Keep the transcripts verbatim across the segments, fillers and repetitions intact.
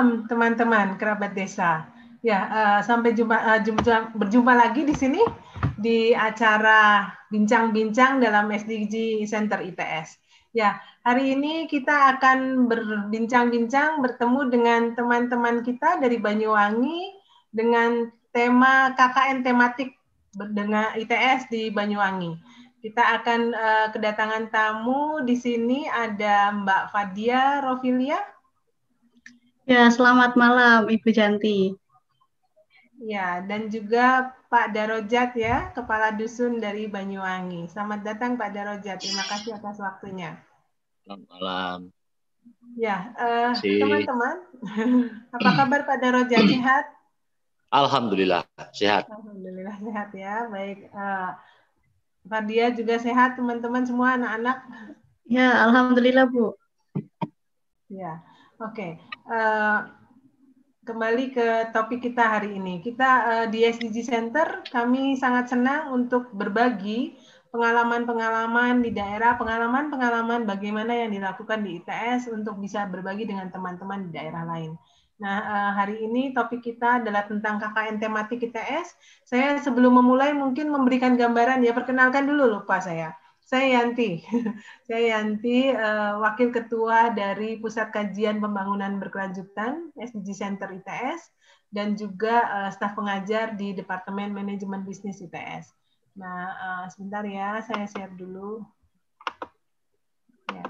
malam teman-teman kerabat desa. Ya, uh, sampai jumpa, uh, jumpa berjumpa lagi di sini di acara bincang-bincang dalam S D G Center I T S. Ya, hari ini kita akan berbincang-bincang bertemu dengan teman-teman kita dari Banyuwangi dengan tema K K N tematik dengan I T S di Banyuwangi. Kita akan uh, kedatangan tamu di sini, ada Mbak Fadia Rofilia. Ya, selamat malam Ibu Janti. Ya, dan juga Pak Darojat ya, Kepala Dusun dari Banyuwangi. Selamat datang Pak Darojat, terima kasih atas waktunya. Selamat malam. Ya, uh, si... teman-teman, apa kabar Pak Darojat, sehat? Alhamdulillah, sehat. Alhamdulillah sehat ya, baik. Uh, Fadia juga sehat, teman-teman semua, anak-anak? Ya, Alhamdulillah Bu. Ya, oke. Okay. Uh, Kembali ke topik kita hari ini. Kita uh, di S D G Center, kami sangat senang untuk berbagi pengalaman-pengalaman di daerah, pengalaman-pengalaman bagaimana yang dilakukan di I T S untuk bisa berbagi dengan teman-teman di daerah lain. Nah, uh, hari ini topik kita adalah tentang K K N tematik I T S. Saya sebelum memulai mungkin memberikan gambaran ya, perkenalkan dulu lupa saya. Saya Yanti, saya Yanti, uh, Wakil Ketua dari Pusat Kajian Pembangunan Berkelanjutan S D G Center I T S dan juga uh, staf pengajar di Departemen Manajemen Bisnis I T S. Nah, uh, sebentar ya, saya share dulu. Ya.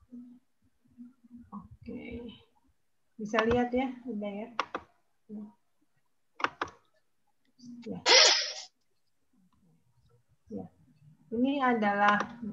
Oke, bisa lihat ya, udah ya. Ya. Ya. Ini adalah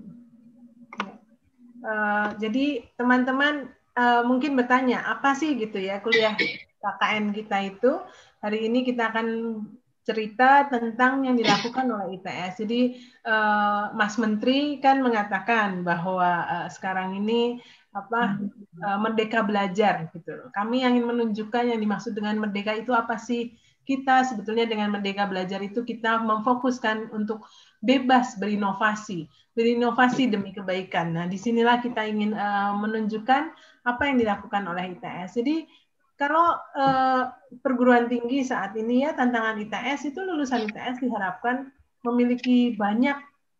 ya. uh, jadi teman-teman uh, mungkin bertanya apa sih gitu ya kuliah K K N kita itu. Hari ini kita akan cerita tentang yang dilakukan oleh I T S. Jadi uh, Mas Menteri kan mengatakan bahwa uh, sekarang ini apa uh, merdeka belajar gitu. Kami ingin menunjukkan yang dimaksud dengan merdeka itu apa sih? Kita sebetulnya dengan merdeka belajar itu kita memfokuskan untuk bebas berinovasi, berinovasi demi kebaikan. Nah, disinilah kita ingin uh, menunjukkan apa yang dilakukan oleh I T S. Jadi kalau uh, perguruan tinggi saat ini ya tantangan I T S itu lulusan I T S diharapkan memiliki banyak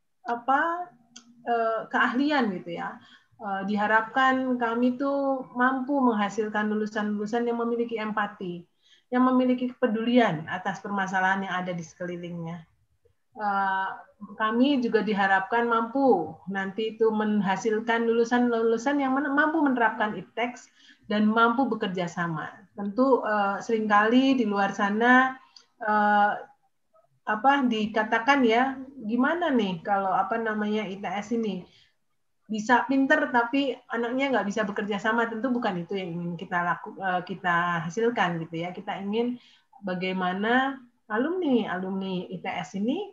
apa uh, keahlian gitu ya. Uh, diharapkan kami tuh mampu menghasilkan lulusan-lulusan yang memiliki empati, yang memiliki kepedulian atas permasalahan yang ada di sekelilingnya. Uh, kami juga diharapkan mampu nanti itu menghasilkan lulusan-lulusan yang mampu menerapkan I T E X dan mampu bekerja sama. Tentu uh, seringkali di luar sana uh, apa dikatakan ya, gimana nih kalau apa namanya I T S ini bisa pinter tapi anaknya nggak bisa bekerja sama. Tentu bukan itu yang ingin kita laku, uh, kita hasilkan gitu ya. Kita ingin bagaimana alumni alumni I T S ini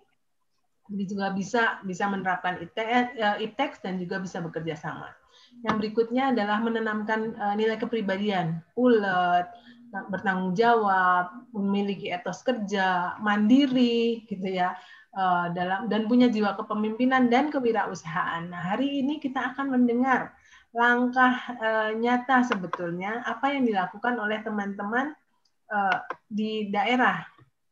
juga bisa bisa menerapkan I T E X dan juga bisa bekerja sama. Yang berikutnya adalah menanamkan uh, nilai kepribadian, ulet, bertanggung jawab, memiliki etos kerja, mandiri, gitu ya, uh, dalam dan punya jiwa kepemimpinan dan kewirausahaan. Nah, hari ini kita akan mendengar langkah uh, nyata sebetulnya apa yang dilakukan oleh teman-teman uh, di daerah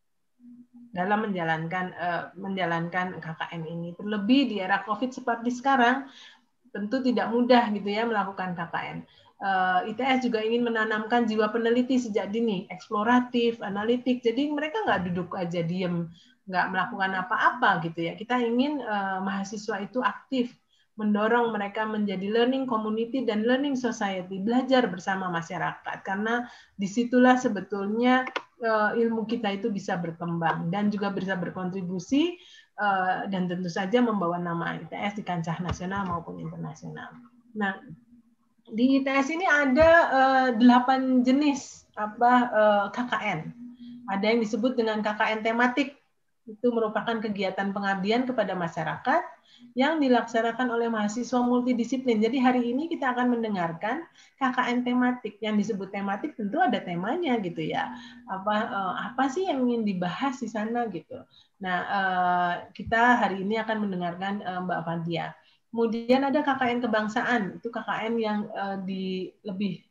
dalam menjalankan uh, menjalankan K K N ini. Terlebih di era COVID seperti sekarang, tentu tidak mudah gitu ya melakukan K K N. Uh, I T S juga ingin menanamkan jiwa peneliti sejak dini, eksploratif, analitik. Jadi mereka nggak duduk aja diem, nggak melakukan apa-apa gitu ya. Kita ingin uh, mahasiswa itu aktif, mendorong mereka menjadi learning community dan learning society, belajar bersama masyarakat. Karena disitulah sebetulnya uh, ilmu kita itu bisa berkembang dan juga bisa berkontribusi uh, dan tentu saja membawa nama I T S di kancah nasional maupun internasional. Nah, di I T S ini ada uh, delapan jenis apa uh, K K N. Ada yang disebut dengan K K N tematik. Itu merupakan kegiatan pengabdian kepada masyarakat yang dilaksanakan oleh mahasiswa multidisiplin. Jadi hari ini kita akan mendengarkan K K N tematik. Yang disebut tematik tentu ada temanya gitu ya. Apa uh, apa sih yang ingin dibahas di sana gitu. Nah, uh, kita hari ini akan mendengarkan uh, Mbak Fadia. Kemudian ada K K N kebangsaan. Itu K K N yang uh, di lebih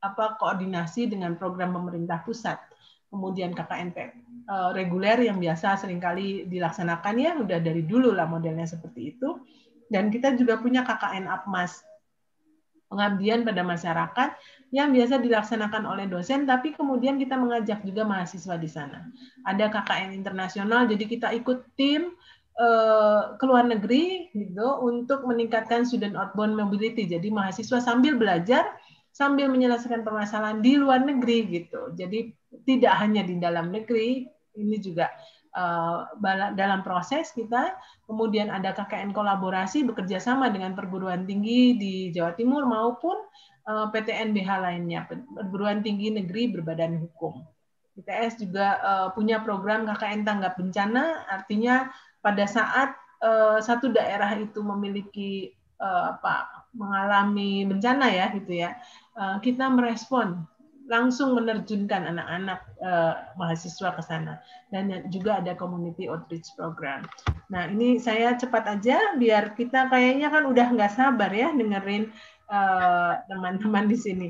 apa koordinasi dengan program pemerintah pusat. Kemudian K K N P uh, reguler yang biasa seringkali dilaksanakan ya, udah dari dulu lah modelnya seperti itu. Dan kita juga punya K K N Apmas, pengabdian pada masyarakat yang biasa dilaksanakan oleh dosen, tapi kemudian kita mengajak juga mahasiswa di sana. Ada K K N internasional, jadi kita ikut tim uh, ke luar negeri gitu untuk meningkatkan student outbound mobility. Jadi mahasiswa sambil belajar, sambil menyelesaikan permasalahan di luar negeri gitu. Jadi tidak hanya di dalam negeri, ini juga uh, dalam proses kita. Kemudian ada K K N kolaborasi bekerja sama dengan perguruan tinggi di Jawa Timur maupun uh, P T N B H lainnya, perguruan tinggi negeri berbadan hukum. I T S juga uh, punya program K K N tanggap bencana, artinya pada saat uh, satu daerah itu memiliki uh, apa mengalami bencana ya gitu ya, uh, kita merespon, langsung menerjunkan anak-anak uh, mahasiswa ke sana. Dan juga ada community outreach program. Nah, ini saya cepat aja biar kita kayaknya kan udah nggak sabar ya dengerin teman-teman uh, di sini.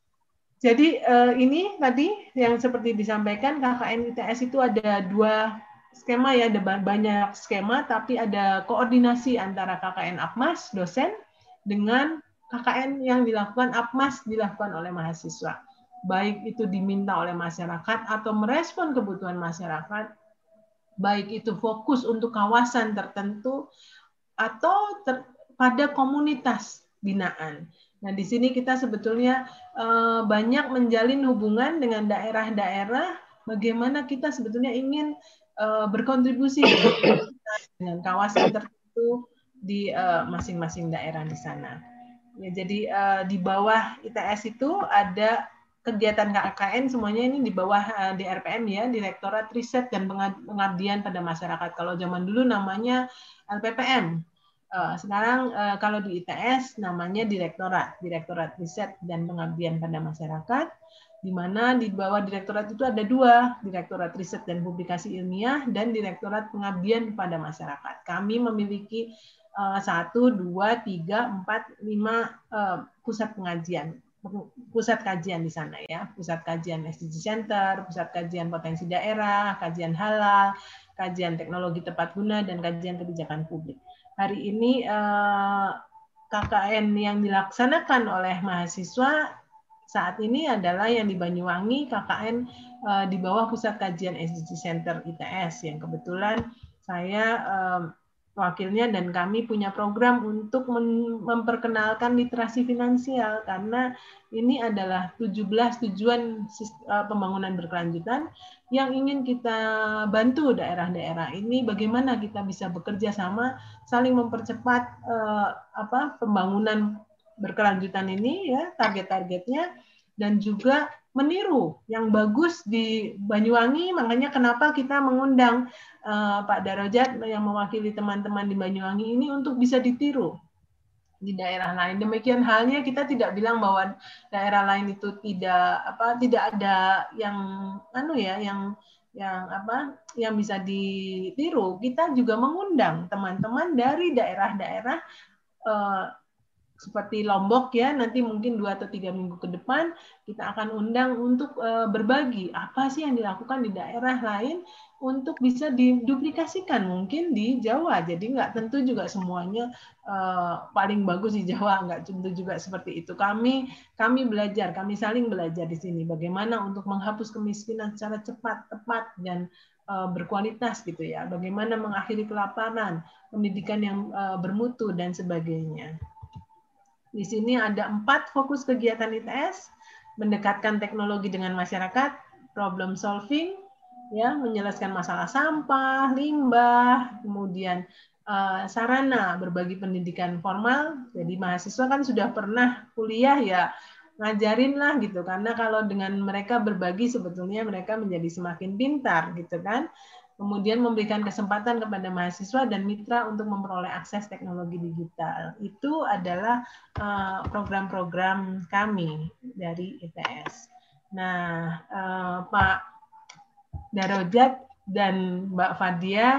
Jadi uh, ini tadi yang seperti disampaikan K K N I T S itu ada dua skema ya, ada banyak skema, tapi ada koordinasi antara K K N Apmas dosen dengan K K N yang dilakukan Apmas dilakukan oleh mahasiswa. Baik itu diminta oleh masyarakat atau merespon kebutuhan masyarakat, baik itu fokus untuk kawasan tertentu atau ter, pada komunitas binaan. Nah, di sini kita sebetulnya eh, banyak menjalin hubungan dengan daerah-daerah, bagaimana kita sebetulnya ingin eh, berkontribusi dengan kawasan tertentu di masing-masing eh, daerah di sana. Ya, jadi eh, di bawah I T S itu ada kegiatan K K N semuanya ini di bawah D R P M ya, Direktorat Riset dan Pengabdian pada Masyarakat. Kalau zaman dulu namanya L P P M. Sekarang kalau di I T S namanya Direktorat, Direktorat Riset dan Pengabdian pada Masyarakat, di mana di bawah direktorat itu ada dua, Direktorat Riset dan Publikasi Ilmiah dan Direktorat Pengabdian pada Masyarakat. Kami memiliki satu, dua, tiga, empat, lima pusat pengajian. Pusat kajian di sana ya, pusat kajian S D G Center, pusat kajian potensi daerah, kajian halal, kajian teknologi tepat guna, dan kajian kebijakan publik. Hari ini eh, K K N yang dilaksanakan oleh mahasiswa saat ini adalah yang di Banyuwangi, K K N eh, di bawah pusat kajian S D G Center I T S, yang kebetulan saya eh, wakilnya, dan kami punya program untuk memperkenalkan literasi finansial, karena ini adalah tujuh belas tujuan pembangunan berkelanjutan yang ingin kita bantu daerah-daerah ini, bagaimana kita bisa bekerja sama saling mempercepat eh, apa pembangunan berkelanjutan ini ya, target-targetnya, dan juga meniru yang bagus di Banyuwangi. Makanya kenapa kita mengundang uh, Pak Darajat yang mewakili teman-teman di Banyuwangi ini untuk bisa ditiru di daerah lain. Demikian halnya kita tidak bilang bahwa daerah lain itu tidak apa tidak ada yang anu ya yang yang apa yang bisa ditiru. Kita juga mengundang teman-teman dari daerah-daerah uh, seperti Lombok ya, nanti mungkin dua atau tiga minggu ke depan kita akan undang untuk uh, berbagi apa sih yang dilakukan di daerah lain untuk bisa diduplikasikan mungkin di Jawa. Jadi nggak tentu juga semuanya uh, paling bagus di Jawa, nggak tentu juga seperti itu. Kami kami belajar, kami saling belajar di sini bagaimana untuk menghapus kemiskinan secara cepat, tepat, dan uh, berkualitas gitu ya. Bagaimana mengakhiri kelaparan, pendidikan yang uh, bermutu dan sebagainya. Di sini ada empat fokus kegiatan I T S: mendekatkan teknologi dengan masyarakat, problem solving, ya, menyelesaikan masalah sampah, limbah, kemudian uh, sarana berbagi pendidikan formal. Jadi mahasiswa kan sudah pernah kuliah ya, ngajarin lah gitu, karena kalau dengan mereka berbagi sebetulnya mereka menjadi semakin pintar gitu kan. Kemudian memberikan kesempatan kepada mahasiswa dan mitra untuk memperoleh akses teknologi digital. Itu adalah program-program kami dari I T S. Nah, Pak Darajat dan Mbak Fadia,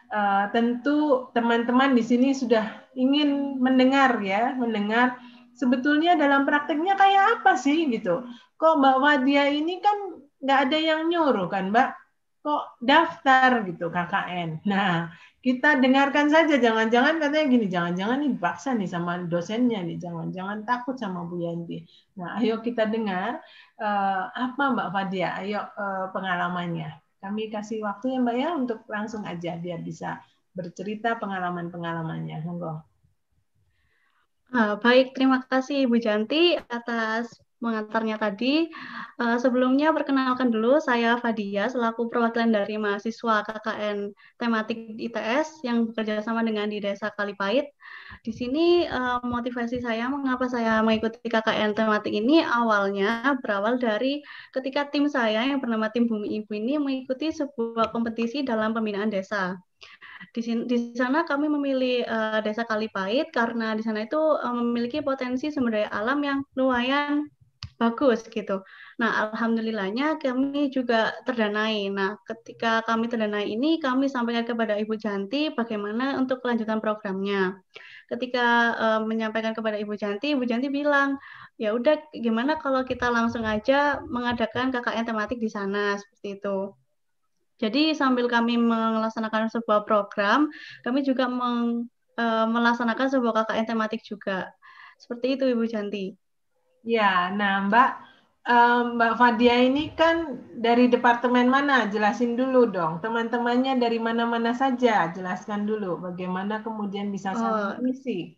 tentu teman-teman di sini sudah ingin mendengar ya, mendengar sebetulnya dalam prakteknya kayak apa sih gitu. kok Mbak Wadia ini kan nggak ada yang nyuruh kan Mbak, kok daftar gitu K K N. Nah, kita dengarkan saja, jangan-jangan katanya gini, jangan-jangan ini dipaksa nih sama dosennya nih, jangan-jangan takut sama Bu Yanti. Nah, ayo kita dengar uh, apa Mbak Fadia, ayo uh, pengalamannya. Kami kasih waktu ya Mbak ya untuk langsung aja biar bisa bercerita pengalaman-pengalamannya. Monggo. Ah, baik, terima kasih Ibu Janti atas mengantarnya tadi. Uh, sebelumnya perkenalkan dulu, saya Fadia selaku perwakilan dari mahasiswa K K N tematik I T S yang bekerja sama dengan di Desa Kalipait. Di sini uh, motivasi saya mengapa saya mengikuti K K N tematik ini awalnya berawal dari ketika tim saya yang bernama Tim Bumi Ibu ini mengikuti sebuah kompetisi dalam pembinaan desa. Di, sini, di sana kami memilih uh, Desa Kalipait karena di sana itu uh, memiliki potensi sumber daya alam yang lumayan bagus gitu. Nah, alhamdulillahnya kami juga terdanai. Nah, ketika kami terdanai ini, kami sampaikan kepada Ibu Janti bagaimana untuk kelanjutan programnya. Ketika uh, menyampaikan kepada Ibu Janti, Ibu Janti bilang, ya udah gimana kalau kita langsung aja mengadakan K K N tematik di sana seperti itu. Jadi sambil kami melaksanakan sebuah program, kami juga meng, e, melaksanakan sebuah K K N tematik juga. Seperti itu Ibu Janti. Ya, nah Mbak, um, Mbak Fadia ini kan dari departemen mana? Jelasin dulu dong. Teman-temannya dari mana-mana saja? Jelaskan dulu. Bagaimana kemudian bisa saling Oh. mengisi.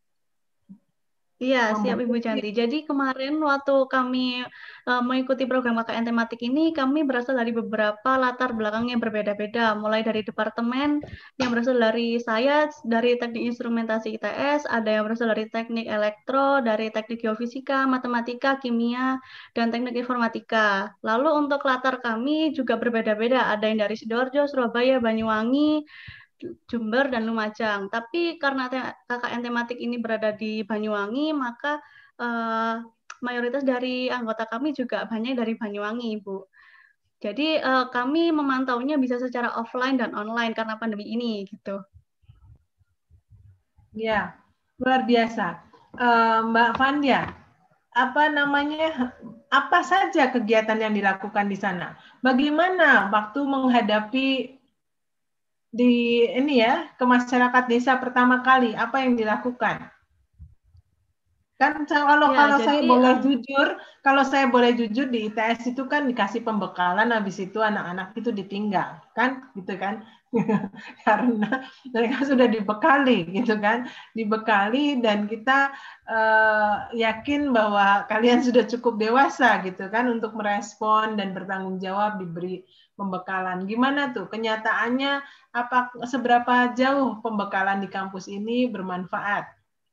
Iya, siap Ibu Janti. Jadi kemarin waktu kami uh, mengikuti program K K N tematik ini, kami berasal dari beberapa latar belakang yang berbeda-beda. Mulai dari departemen yang berasal dari saya, dari teknik instrumentasi I T S, ada yang berasal dari teknik elektro, dari teknik geofisika, matematika, kimia, dan teknik informatika. Lalu untuk latar kami juga berbeda-beda. Ada yang dari Sidoarjo, Surabaya, Banyuwangi, Jember, dan Lumajang. Tapi karena K K N tematik ini berada di Banyuwangi, maka uh, mayoritas dari anggota kami juga banyak dari Banyuwangi, Ibu. Jadi uh, kami memantaunya bisa secara offline dan online karena pandemi ini, gitu. Ya, luar biasa. Uh, Mbak Fandia, apa namanya, apa saja kegiatan yang dilakukan di sana? Bagaimana waktu menghadapi di ini ya ke masyarakat desa pertama kali, apa yang dilakukan? Kan kalau ya, kalau jadi, saya boleh um, jujur, kalau saya boleh jujur di I T S itu kan dikasih pembekalan, habis itu anak-anak itu ditinggal, kan, gitu kan? Karena mereka sudah dibekali, gitu kan? Dibekali dan kita uh, yakin bahwa kalian sudah cukup dewasa, gitu kan, untuk merespon dan bertanggung jawab diberi pembekalan. Gimana tuh kenyataannya? Apa seberapa jauh pembekalan di kampus ini bermanfaat?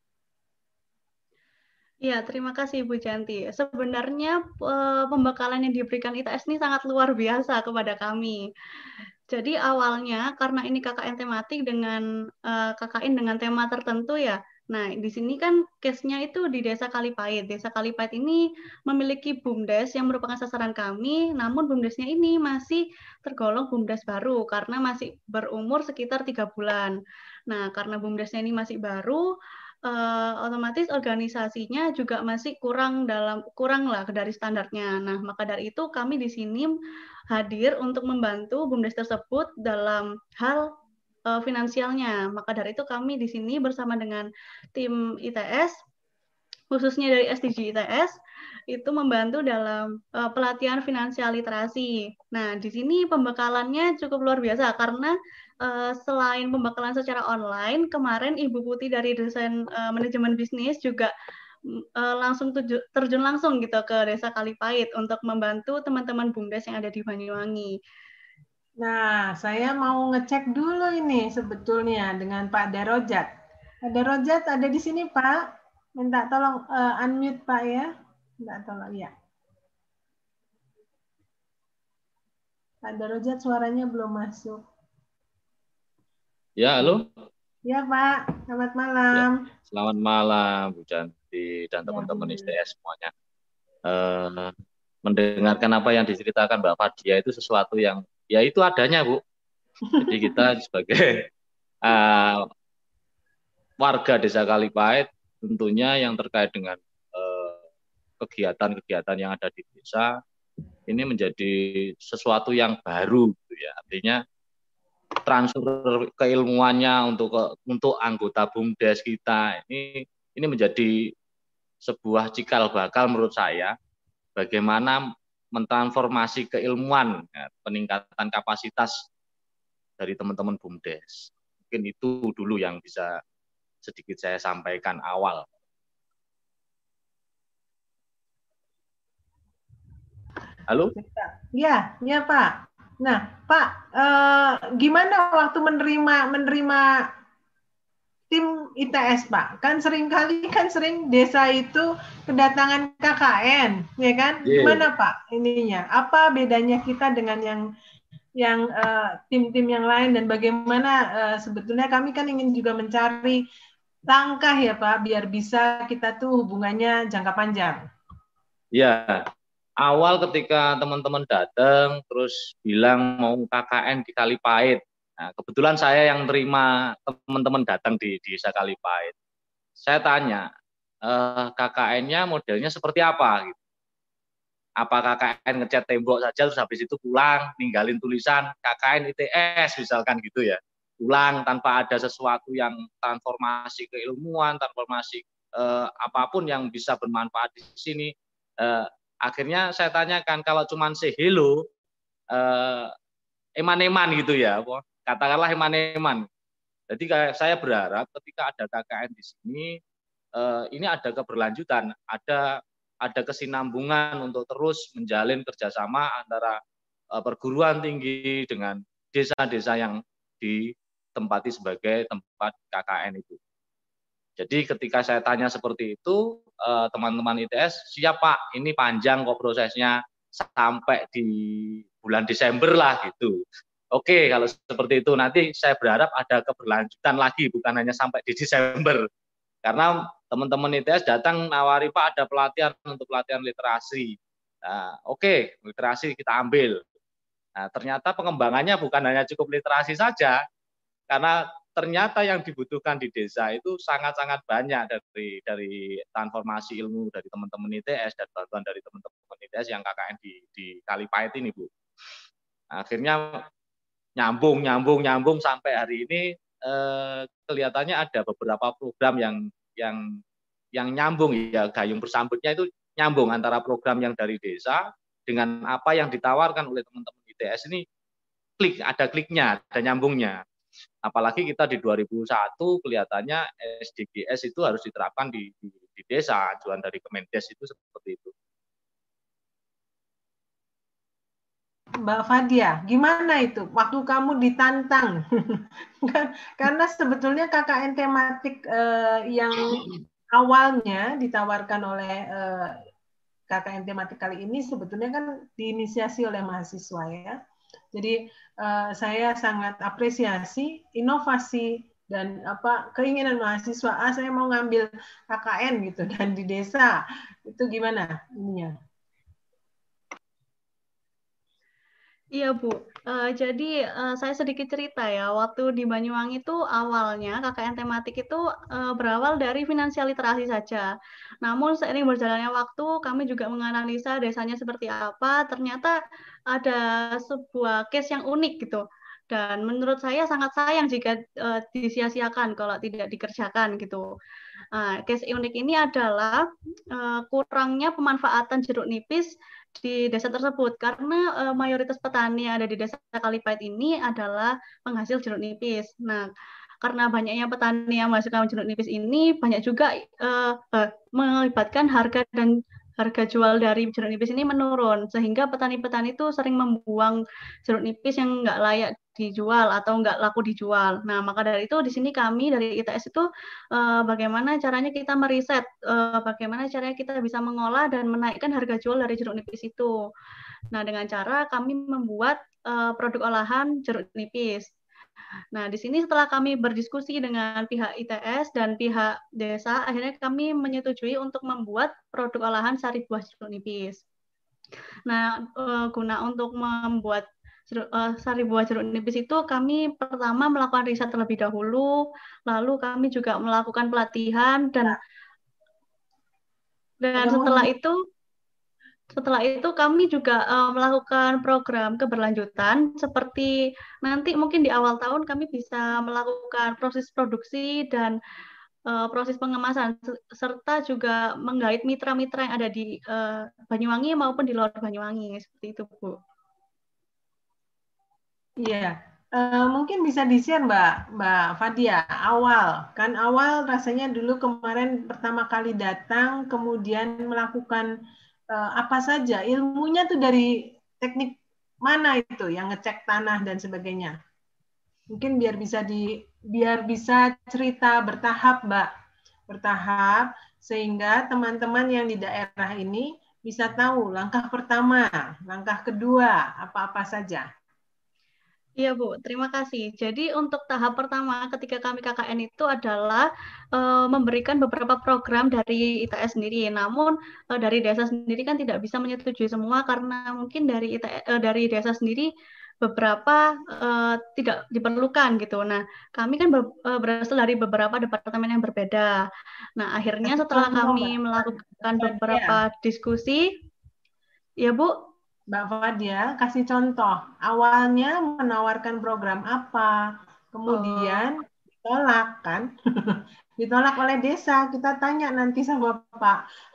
Ya, terima kasih Ibu Janti. Sebenarnya pembekalan yang diberikan I T S ini sangat luar biasa kepada kami. Jadi awalnya karena ini K K N tematik dengan uh, K K N dengan tema tertentu ya. Nah, di sini kan case-nya itu di Desa Kalipait. Desa Kalipait ini memiliki BUMDes yang merupakan sasaran kami, namun BUMDesnya ini masih tergolong BUMDes baru karena masih berumur sekitar tiga bulan. Nah, karena BUMDesnya ini masih baru, uh, otomatis organisasinya juga masih kurang dalam kurang lah dari standarnya. Nah, maka dari itu kami di sini hadir untuk membantu BUMDes tersebut dalam hal uh, finansialnya. Maka dari itu kami di sini bersama dengan tim I T S, khususnya dari S D G I T S, itu membantu dalam uh, pelatihan finansial literasi. Nah, di sini pembekalannya cukup luar biasa karena uh, selain pembekalan secara online, kemarin Ibu Putih dari desain uh, manajemen bisnis juga uh, langsung tuju, terjun langsung gitu ke Desa Kalipait untuk membantu teman-teman BUMDes yang ada di Banyuwangi. Nah, saya mau ngecek dulu ini sebetulnya dengan Pak Darojat. Pak Darojat ada di sini, Pak. Minta tolong uh, unmute, Pak ya. Minta tolong, ya. Pak Darojat suaranya belum masuk. Ya, halo. Ya, Pak. Selamat malam. Ya, selamat malam, Bu Janti dan teman-teman ya, I T S semuanya. Uh, mendengarkan apa yang diceritakan Mbak Fadia itu sesuatu yang ya itu adanya, Bu. Jadi kita sebagai uh, warga Desa Kalipait tentunya yang terkait dengan uh, kegiatan-kegiatan yang ada di desa ini menjadi sesuatu yang baru, gitu ya. Artinya transfer keilmuannya untuk untuk anggota BUMDes kita ini ini menjadi sebuah cikal bakal menurut saya bagaimana mentransformasi keilmuan, ya, peningkatan kapasitas dari teman-teman BUMDes. Mungkin itu dulu yang bisa sedikit saya sampaikan awal. Halo? Ya, ya Pak. Nah, Pak, eh, gimana waktu menerima menerima tim I T S, Pak? Kan seringkali kan sering desa itu kedatangan K K N, ya kan? Yeah. Gimana Pak ininya? Apa bedanya kita dengan yang yang tim-tim uh, yang lain, dan bagaimana uh, sebetulnya kami kan ingin juga mencari langkah ya Pak biar bisa kita tuh hubungannya jangka panjang. Ya, awal ketika teman-teman datang terus bilang mau K K N di Kalipait. Nah, kebetulan saya yang terima teman-teman datang di, di desa Kalipait. Saya tanya, eh, K K N-nya modelnya seperti apa? Gitu. Apa K K N ngecat tembok saja terus habis itu pulang, ninggalin tulisan K K N I T S misalkan gitu ya. Pulang tanpa ada sesuatu yang transformasi keilmuan, transformasi eh, apapun yang bisa bermanfaat di sini. Eh, akhirnya saya tanyakan, kalau cuma say hello, eh, eman-eman gitu ya, katakanlah eman-eman. Jadi saya berharap ketika ada K K N di sini, eh, ini ada keberlanjutan, ada ada kesinambungan untuk terus menjalin kerjasama antara eh, perguruan tinggi dengan desa-desa yang ditempati sebagai tempat K K N itu. Jadi ketika saya tanya seperti itu, teman-teman I T S, siap Pak, ini panjang kok prosesnya sampai di bulan Desember lah gitu. Oke, kalau seperti itu nanti saya berharap ada keberlanjutan lagi, bukan hanya sampai di Desember. Karena teman-teman I T S datang nawari Pak ada pelatihan untuk pelatihan literasi. Nah, oke, literasi kita ambil. Nah, ternyata pengembangannya bukan hanya cukup literasi saja, karena ternyata yang dibutuhkan di desa itu sangat-sangat banyak dari dari transformasi ilmu dari teman-teman I T S dan bantuan dari teman-teman I T S yang K K N di, di Kalipait ini, Bu. Akhirnya nyambung, nyambung, nyambung sampai hari ini eh, kelihatannya ada beberapa program yang yang yang nyambung ya, gayung bersambutnya itu nyambung antara program yang dari desa dengan apa yang ditawarkan oleh teman-teman I T S ini, klik, ada kliknya, ada nyambungnya. Apalagi kita di dua ribu satu kelihatannya S D G S itu harus diterapkan di, di, di desa, ajuan dari Kemendes itu seperti itu. Mbak Fadia, gimana itu waktu kamu ditantang? Karena sebetulnya K K N tematik eh, yang awalnya ditawarkan oleh eh, K K N tematik kali ini sebetulnya kan diinisiasi oleh mahasiswa ya. Jadi uh, saya sangat apresiasi inovasi dan apa keinginan mahasiswa, ah saya mau ngambil K K N gitu dan di desa itu gimana ininya? Iya Bu, uh, jadi uh, saya sedikit cerita ya, waktu di Banyuwangi itu awalnya K K N tematik itu uh, berawal dari finansial literasi saja. Namun seiring berjalannya waktu, kami juga menganalisa desanya seperti apa, ternyata ada sebuah case yang unik gitu. Dan menurut saya sangat sayang jika uh, disia-siakan kalau tidak dikerjakan gitu. Nah, case unik ini adalah uh, kurangnya pemanfaatan jeruk nipis di desa tersebut karena uh, mayoritas petani yang ada di desa Kalipait ini adalah penghasil jeruk nipis. Nah, karena banyaknya petani yang menghasilkan jeruk nipis ini, banyak juga uh, uh, mengakibatkan harga dan harga jual dari jeruk nipis ini menurun, sehingga petani-petani itu sering membuang jeruk nipis yang nggak layak dijual atau nggak laku dijual. Nah, maka dari itu di sini kami dari I T S itu uh, bagaimana caranya kita meriset, uh, bagaimana caranya kita bisa mengolah dan menaikkan harga jual dari jeruk nipis itu. Nah, dengan cara kami membuat uh, produk olahan jeruk nipis. Nah, di sini setelah kami berdiskusi dengan pihak I T S dan pihak desa, akhirnya kami menyetujui untuk membuat produk olahan sari buah jeruk nipis. Nah, uh, guna untuk membuat Uh, sari buah jeruk nipis itu kami pertama melakukan riset terlebih dahulu, lalu kami juga melakukan pelatihan dan Dan setelah itu Setelah itu kami juga uh, melakukan program keberlanjutan seperti nanti mungkin di awal tahun kami bisa melakukan proses produksi dan uh, proses pengemasan serta juga menggait mitra-mitra yang ada di uh, Banyuwangi maupun di luar Banyuwangi seperti itu, Bu. Iya, uh, mungkin bisa di-share Mbak Mbak Fadia awal kan awal rasanya dulu kemarin pertama kali datang kemudian melakukan uh, apa saja ilmunya tuh dari teknik mana itu yang ngecek tanah dan sebagainya. Mungkin biar bisa di biar bisa cerita bertahap, Mbak. Bertahap sehingga teman-teman yang di daerah ini bisa tahu langkah pertama, langkah kedua, apa-apa saja. Iya Bu, terima kasih. Jadi untuk tahap pertama ketika kami K K N itu adalah uh, memberikan beberapa program dari I T S sendiri. Namun uh, dari desa sendiri kan tidak bisa menyetujui semua karena mungkin dari I T S, uh, dari desa sendiri beberapa uh, tidak diperlukan gitu. Nah, kami kan ber, uh, berasal dari beberapa departemen yang berbeda. Nah, akhirnya setelah kami melakukan beberapa diskusi, ya Bu. Mbak Fadia, kasih contoh. Awalnya menawarkan program apa, kemudian ditolak kan? Ditolak oleh desa. Kita tanya nanti sama Pak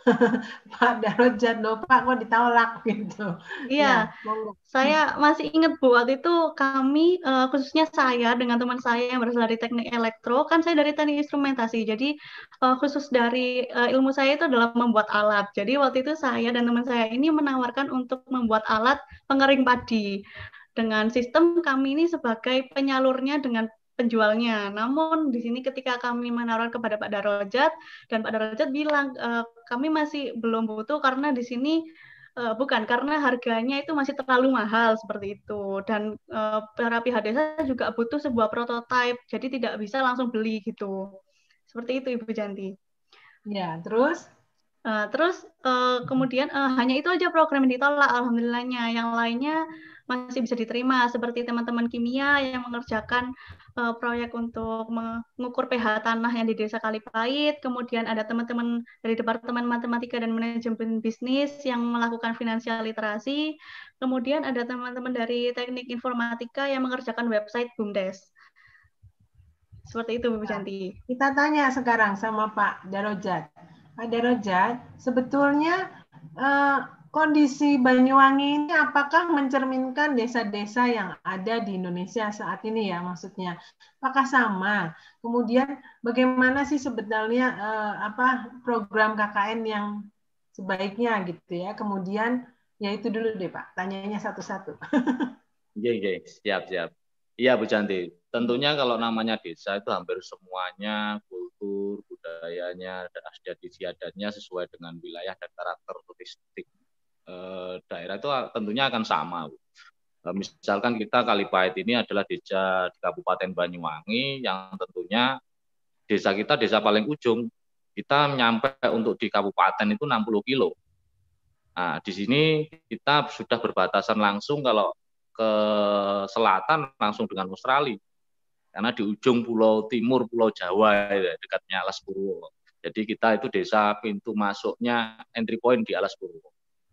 Pak Darojat, loh Pak kok ditolak gitu. Iya, ya, saya masih ingat Bu, waktu itu kami, uh, khususnya saya dengan teman saya yang berasal dari teknik elektro, kan saya dari teknik instrumentasi, jadi uh, khusus dari uh, ilmu saya itu adalah membuat alat. Jadi waktu itu saya dan teman saya ini menawarkan untuk membuat alat pengering padi. Dengan sistem kami ini sebagai penyalurnya dengan penjualnya. Namun di sini ketika kami menawarkan kepada Pak Darojat, dan Pak Darojat bilang, e, kami masih belum butuh karena di sini Uh, bukan, karena harganya itu masih terlalu mahal seperti itu. Dan uh, para pihak desa juga butuh sebuah prototipe, jadi tidak bisa langsung beli gitu. Seperti itu Ibu Janti. Ya, terus? Uh, terus uh, kemudian uh, hanya itu aja program yang ditolak, alhamdulillahnya. Yang lainnya masih bisa diterima, seperti teman-teman kimia yang mengerjakan uh, proyek untuk mengukur pH tanah yang di Desa Kalipait, kemudian ada teman-teman dari Departemen Matematika dan Manajemen Bisnis yang melakukan finansial literasi, kemudian ada teman-teman dari Teknik Informatika yang mengerjakan website BUMDes. Seperti itu, Bu Janti. Nah, kita tanya sekarang sama Pak Darojat. Pak Darojat, sebetulnya eh, kondisi Banyuwangi ini apakah mencerminkan desa-desa yang ada di Indonesia saat ini ya maksudnya? Apakah sama? Kemudian bagaimana sih sebetulnya eh, apa program K K N yang sebaiknya gitu ya? Kemudian ya itu dulu deh Pak, tanyanya satu-satu. Iya, iya, siap, siap. Iya Bu Janti, tentunya kalau namanya desa itu hampir semuanya kultur, budayanya, dan adat istiadatnya sesuai dengan wilayah dan karakteristik eh, daerah itu tentunya akan sama. Misalkan kita Kalipait ini adalah desa di Kabupaten Banyuwangi yang tentunya desa kita desa paling ujung. Kita nyampe untuk di kabupaten itu enam puluh kilo. Nah, di sini kita sudah berbatasan langsung kalau ke selatan langsung dengan Australia. Karena di ujung pulau timur Pulau Jawa dekatnya Alas Purwo. Jadi kita itu desa pintu masuknya entry point di Alas Purwo.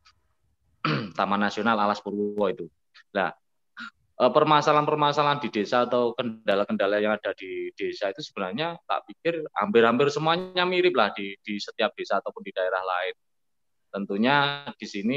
Taman Nasional Alas Purwo itu. Nah, permasalahan-permasalahan di desa atau kendala-kendala yang ada di desa itu sebenarnya tak pikir hampir-hampir semuanya mirip lah di, di setiap desa ataupun di daerah lain. Tentunya di sini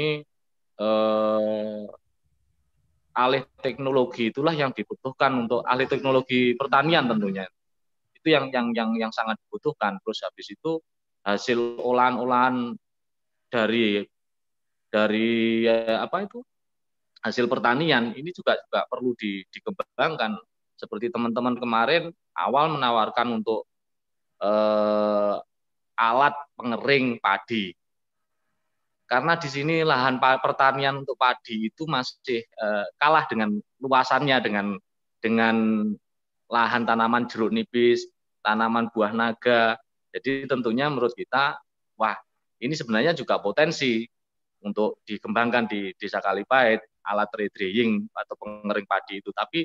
eh, alih teknologi itulah yang dibutuhkan untuk alih teknologi pertanian tentunya. Itu yang yang yang yang sangat dibutuhkan. Terus habis itu hasil olahan-olahan dari dari eh, apa itu hasil pertanian ini juga juga perlu di, dikembangkan seperti teman-teman kemarin awal menawarkan untuk eh, alat pengering padi karena di sini lahan pertanian untuk padi itu masih eh, kalah dengan luasannya dengan dengan lahan tanaman jeruk nipis, tanaman buah naga. Jadi tentunya menurut kita wah ini sebenarnya juga potensi untuk dikembangkan di Desa Kalipait alat re-drying atau pengering padi itu. Tapi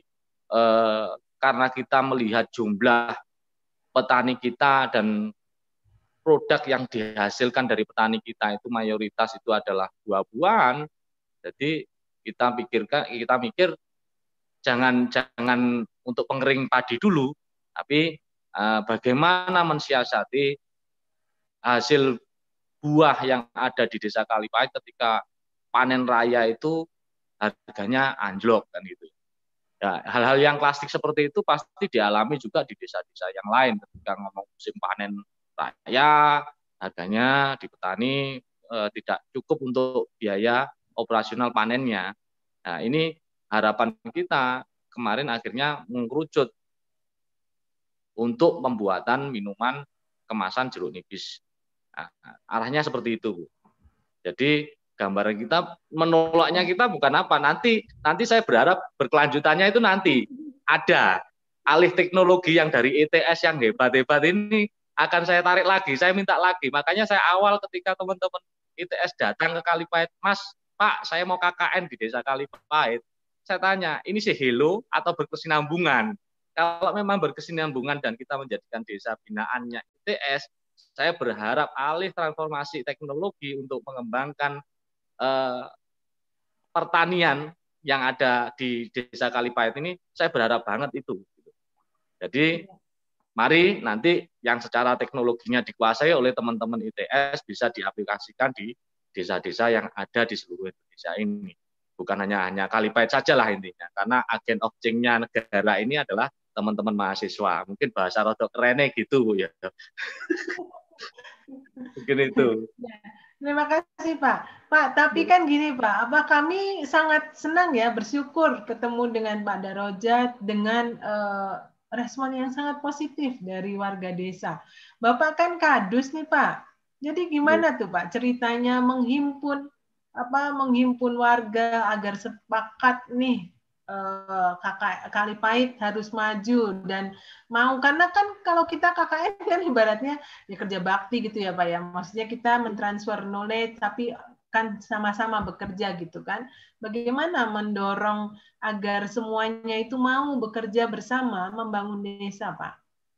eh, karena kita melihat jumlah petani kita dan produk yang dihasilkan dari petani kita itu mayoritas itu adalah buah-buahan. Jadi kita pikirkan, kita mikir jangan jangan untuk pengering padi dulu, tapi uh, bagaimana mensiasati hasil buah yang ada di Desa Kalipait ketika panen raya itu harganya anjlok kan gitu. Ya, hal-hal yang klasik seperti itu pasti dialami juga di desa-desa yang lain ketika ngomong musim panen raya, harganya di petani eh, tidak cukup untuk biaya operasional panennya. Nah, ini harapan kita kemarin akhirnya mengerucut untuk pembuatan minuman kemasan jeruk nipis. Nah, arahnya seperti itu, Bu. Jadi gambaran kita menolaknya kita bukan apa, nanti nanti saya berharap berkelanjutannya itu nanti ada alih teknologi yang dari I T S yang hebat-hebat ini akan saya tarik lagi, saya minta lagi. Makanya saya awal ketika teman-teman I T S datang ke Kalipait, Mas, Pak, saya mau K K N di Desa Kalipait. Saya tanya, ini sih hello atau berkesinambungan? Kalau memang berkesinambungan dan kita menjadikan desa binaannya I T S, saya berharap alih transformasi teknologi untuk mengembangkan eh, pertanian yang ada di Desa Kalipait ini, saya berharap banget itu. Jadi mari nanti yang secara teknologinya dikuasai oleh teman-teman I T S bisa diaplikasikan di desa-desa yang ada di seluruh Indonesia ini. Bukan hanya hanya Kalipait saja lah intinya, karena agen of change-nya negara ini adalah teman-teman mahasiswa. Mungkin bahasa rodok kerennya gitu ya. Mungkin itu. Terima kasih Pak. Pak, tapi kan gini Pak, apa kami sangat senang ya bersyukur ketemu dengan Pak Darojat dengan eh, respon yang sangat positif dari warga desa. Bapak kan kadus nih Pak. Jadi gimana tuh Pak ceritanya menghimpun apa menghimpun warga agar sepakat nih eh, kakak Kalipait harus maju dan mau, karena kan kalau kita K K N kan ibaratnya ya kerja bakti gitu ya Pak ya. Maksudnya kita mentransfer knowledge tapi kan sama-sama bekerja gitu kan. Bagaimana mendorong agar semuanya itu mau bekerja bersama membangun desa Pak?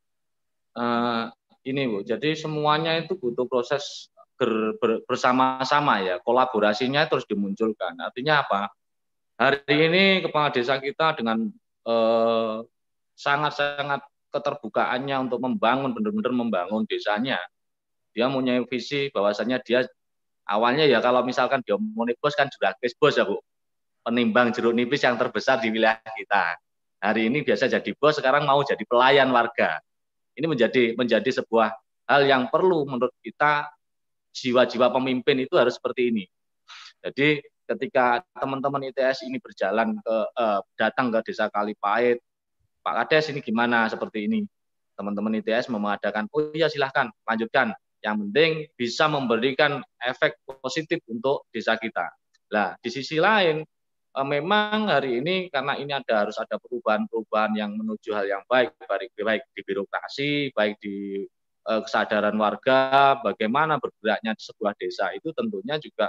Uh, ini Bu, jadi semuanya itu butuh proses ber, ber, bersama-sama ya, kolaborasinya terus dimunculkan. Artinya apa? Hari ini kepala desa kita dengan eh, sangat-sangat keterbukaannya untuk membangun, benar-benar membangun desanya. Dia punya visi bahwasannya dia awalnya ya kalau misalkan dia mau bos kan juragis bos ya Bu, penimbang jeruk nipis yang terbesar di wilayah kita. Hari ini biasa jadi bos, sekarang mau jadi pelayan warga. Ini menjadi menjadi sebuah hal yang perlu menurut kita, jiwa-jiwa pemimpin itu harus seperti ini. Jadi ketika teman-teman I T S ini berjalan ke eh, datang ke Desa Kalipait, Pak Kades ini gimana seperti ini, teman-teman I T S mengadakan, oh iya silahkan lanjutkan, yang penting bisa memberikan efek positif untuk desa kita. Nah di sisi lain eh, memang hari ini karena ini ada harus ada perubahan-perubahan yang menuju hal yang baik, baik, baik di birokrasi, baik di eh, kesadaran warga, bagaimana bergeraknya sebuah desa itu tentunya juga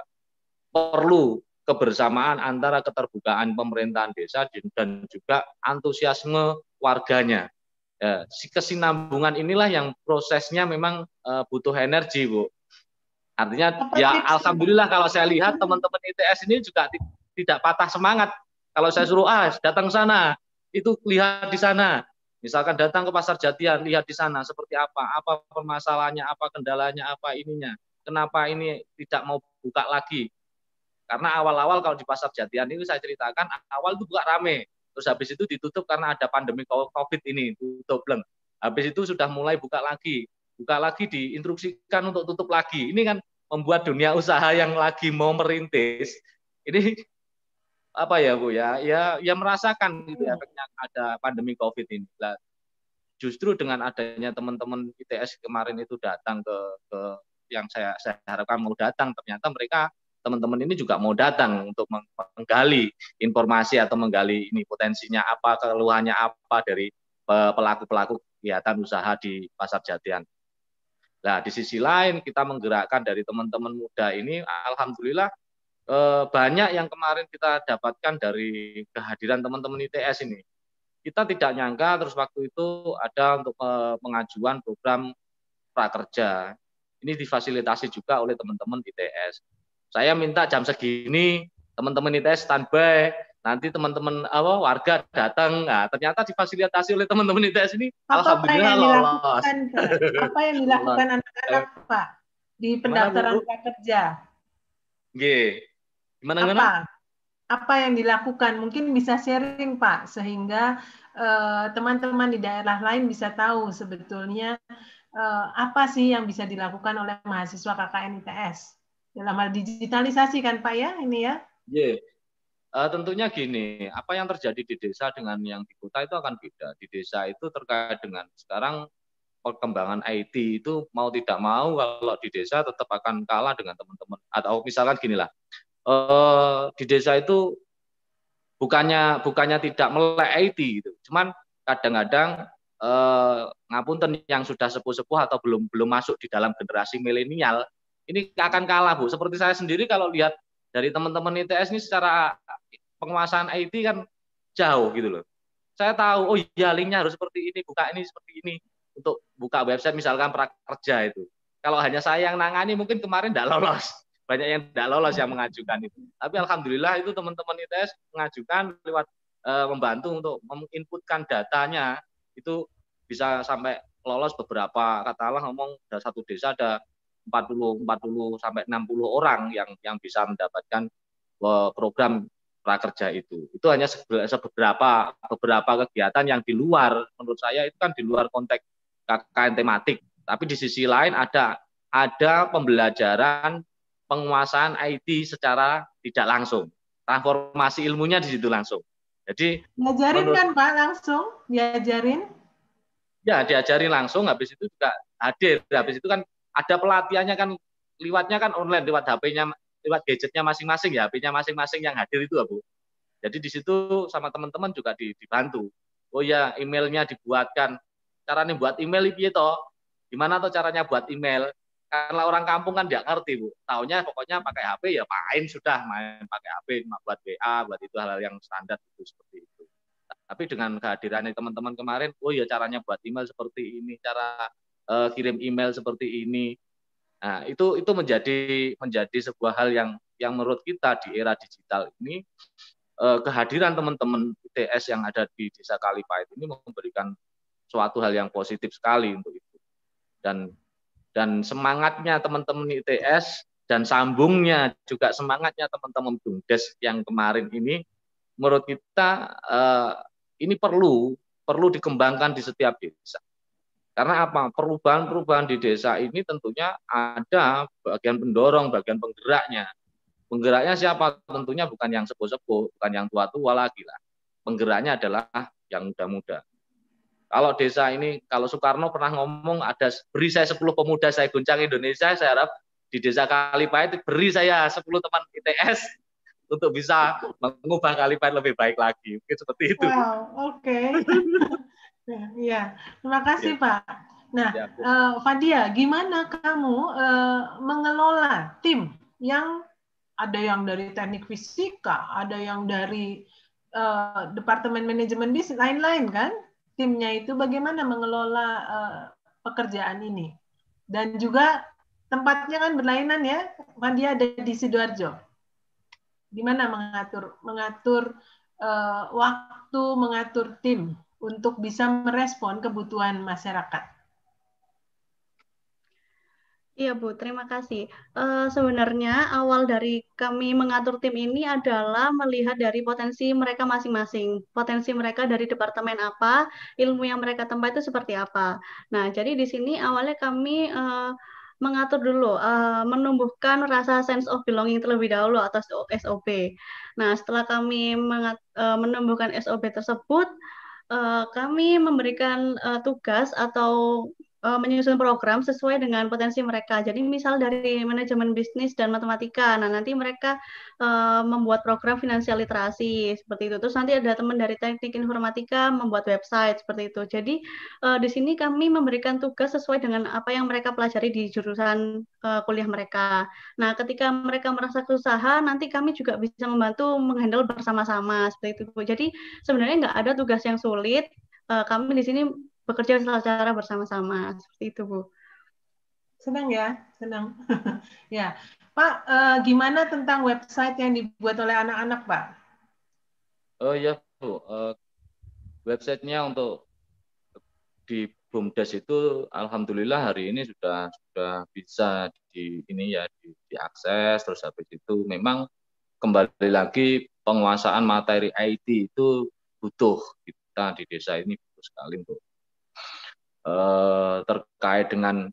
perlu kebersamaan antara keterbukaan pemerintahan desa dan juga antusiasme warganya. Ya, si kesinambungan inilah yang prosesnya memang uh, butuh energi, Bu. Artinya Apa ya tips? alhamdulillah kalau saya lihat teman-teman I T S ini juga tidak patah semangat. Kalau saya suruh ah datang sana, itu lihat di sana. Misalkan datang ke Pasar Jatian, lihat di sana seperti apa, apa permasalahannya, apa kendalanya, apa ininya. Kenapa ini tidak mau buka lagi? Karena awal-awal kalau di Pasar Jatian ini saya ceritakan awal itu buka rame, terus habis itu ditutup karena ada pandemi COVID ini, tutup leng. Habis itu sudah mulai buka lagi, buka lagi diinstruksikan untuk tutup lagi. Ini kan membuat dunia usaha yang lagi mau merintis ini apa ya Bu ya, ya ya merasakan gitu efeknya ada pandemi COVID ini. Nah, justru dengan adanya teman-teman I T S kemarin itu datang ke, ke yang saya saya harapkan mau datang, ternyata mereka teman-teman ini juga mau datang untuk menggali informasi atau menggali ini potensinya apa, keluhannya apa dari pelaku-pelaku kegiatan usaha di Pasar Jatian. Nah, di sisi lain kita menggerakkan dari teman-teman muda ini, alhamdulillah eh, banyak yang kemarin kita dapatkan dari kehadiran teman-teman I T S ini. Kita tidak nyangka terus waktu itu ada untuk eh, pengajuan program prakerja. ini difasilitasi juga oleh teman-teman I T S. Saya minta jam segini teman-teman I T S standby, nanti teman-teman apa warga datang. Nah, ternyata difasilitasi oleh teman-teman I T S ini, Apa alhamdulillah yang lolos. dilakukan, Pak? Apa yang dilakukan anak-anak, Pak, di pendaftaran prakerja? G. Gimana, apa? gimana? Apa yang dilakukan? Mungkin bisa sharing, Pak, sehingga teman-teman uh, di daerah lain bisa tahu sebetulnya uh, apa sih yang bisa dilakukan oleh mahasiswa K K N I T S dalam hal digitalisasi, kan, Pak, ya, ini ya? Iya. Uh, tentunya gini, apa yang terjadi di desa dengan yang di kota itu akan beda. Di desa itu terkait dengan sekarang perkembangan I T itu mau tidak mau kalau di desa tetap akan kalah dengan teman-teman. Atau misalkan ginilah, uh, di desa itu bukannya bukannya tidak melek I T gitu. Cuman kadang-kadang eh, ngapunten yang sudah sepuh-sepuh atau belum belum masuk di dalam generasi milenial ini akan kalah, Bu. Seperti saya sendiri kalau lihat dari teman-teman I T S ini secara penguasaan I T kan jauh gitu loh. Saya tahu, oh iya linknya harus seperti ini, buka ini seperti ini untuk buka website misalkan prakerja itu. Kalau hanya saya yang nangani mungkin kemarin tidak lolos. Banyak yang tidak lolos yang mengajukan itu. Tapi alhamdulillah itu teman-teman I T S mengajukan lewat e, membantu untuk menginputkan datanya itu bisa sampai lolos beberapa, katakanlah ngomong dari satu desa ada empat puluh sampai enam puluh orang yang yang bisa mendapatkan e, program prakerja itu. Itu hanya beberapa beberapa kegiatan yang di luar, menurut saya itu kan di luar konteks K K N tematik. Tapi di sisi lain ada ada pembelajaran penguasaan I T secara tidak langsung. Transformasi ilmunya di situ langsung. Jadi diajarin menurut, kan Pak langsung? Diajarin? Ya, diajarin langsung, habis itu juga hadir. Habis itu kan ada pelatihannya kan, lewatnya kan online, lewat H P-nya, lewat gadgetnya masing-masing ya, H P-nya masing-masing yang hadir itu, Bu. Jadi di situ sama teman-teman juga dibantu. Oh ya, emailnya dibuatkan. Caranya buat email itu toh. Gimana tuh caranya buat email? Karena orang kampung kan nggak ngerti, Bu. Taunya pokoknya pakai H P ya main sudah, main pakai H P cuma buat W A, buat itu hal-hal yang standar itu seperti itu. Tapi dengan kehadiran teman-teman kemarin, oh ya caranya buat email seperti ini, cara uh, kirim email seperti ini. Nah, itu itu menjadi menjadi sebuah hal yang yang menurut kita di era digital ini uh, kehadiran teman-teman I T S yang ada di Desa Kalipait ini memberikan suatu hal yang positif sekali untuk itu. Dan dan semangatnya teman-teman I T S dan sambungnya juga semangatnya teman-teman BUMDes yang kemarin ini menurut kita uh, ini perlu perlu dikembangkan di setiap desa. Karena apa? Perubahan-perubahan di desa ini tentunya ada bagian pendorong, bagian penggeraknya. Penggeraknya siapa? Tentunya bukan yang sepuh-sepuh, bukan yang tua-tua lagi lah. Penggeraknya adalah yang muda-muda. Kalau desa ini, kalau Soekarno pernah ngomong ada beri saya sepuluh pemuda saya goncang Indonesia, saya harap di Desa Kalipait beri saya sepuluh teman I T S untuk bisa mengubah Kalipait lebih baik lagi. Mungkin seperti itu. Wow, oke. Okay. Ya, terima kasih ya. Pak. Nah, ya, uh, Fadia, gimana kamu uh, mengelola tim yang ada yang dari teknik fisika, ada yang dari uh, departemen manajemen bisnis, lain-lain kan? Timnya itu bagaimana mengelola uh, pekerjaan ini? Dan juga tempatnya kan berlainan ya, Fadia ada di Sidoarjo. Gimana mengatur mengatur uh, waktu, mengatur tim untuk bisa merespon kebutuhan masyarakat? Iya Bu, terima kasih. Uh, sebenarnya awal dari kami mengatur tim ini adalah melihat dari potensi mereka masing-masing. Potensi mereka dari departemen apa, ilmu yang mereka tempat itu seperti apa. Nah, jadi di sini awalnya kami uh, mengatur dulu, uh, menumbuhkan rasa sense of belonging terlebih dahulu atas S O P. Nah, setelah kami mengat, uh, menumbuhkan S O P tersebut, uh, kami memberikan uh, tugas atau menyusun program sesuai dengan potensi mereka. Jadi misal dari manajemen bisnis dan matematika, nah nanti mereka uh, membuat program finansial literasi seperti itu. Terus nanti ada teman dari teknik informatika membuat website seperti itu. Jadi uh, di sini kami memberikan tugas sesuai dengan apa yang mereka pelajari di jurusan uh, kuliah mereka. Nah ketika mereka merasa kesusahan, nanti kami juga bisa membantu menghandle bersama-sama seperti itu. Jadi sebenarnya nggak ada tugas yang sulit. Uh, kami di sini bekerja secara bersama-sama seperti itu, Bu. Senang ya, senang. Ya, Pak, eh, gimana tentang website yang dibuat oleh anak-anak, Pak? Oh ya Bu, uh, websitenya untuk di BUMDes itu alhamdulillah hari ini sudah sudah bisa di ini ya di, diakses. Terus habis itu memang kembali lagi penguasaan materi I T itu butuh, kita di desa ini butuh sekali untuk eh, terkait dengan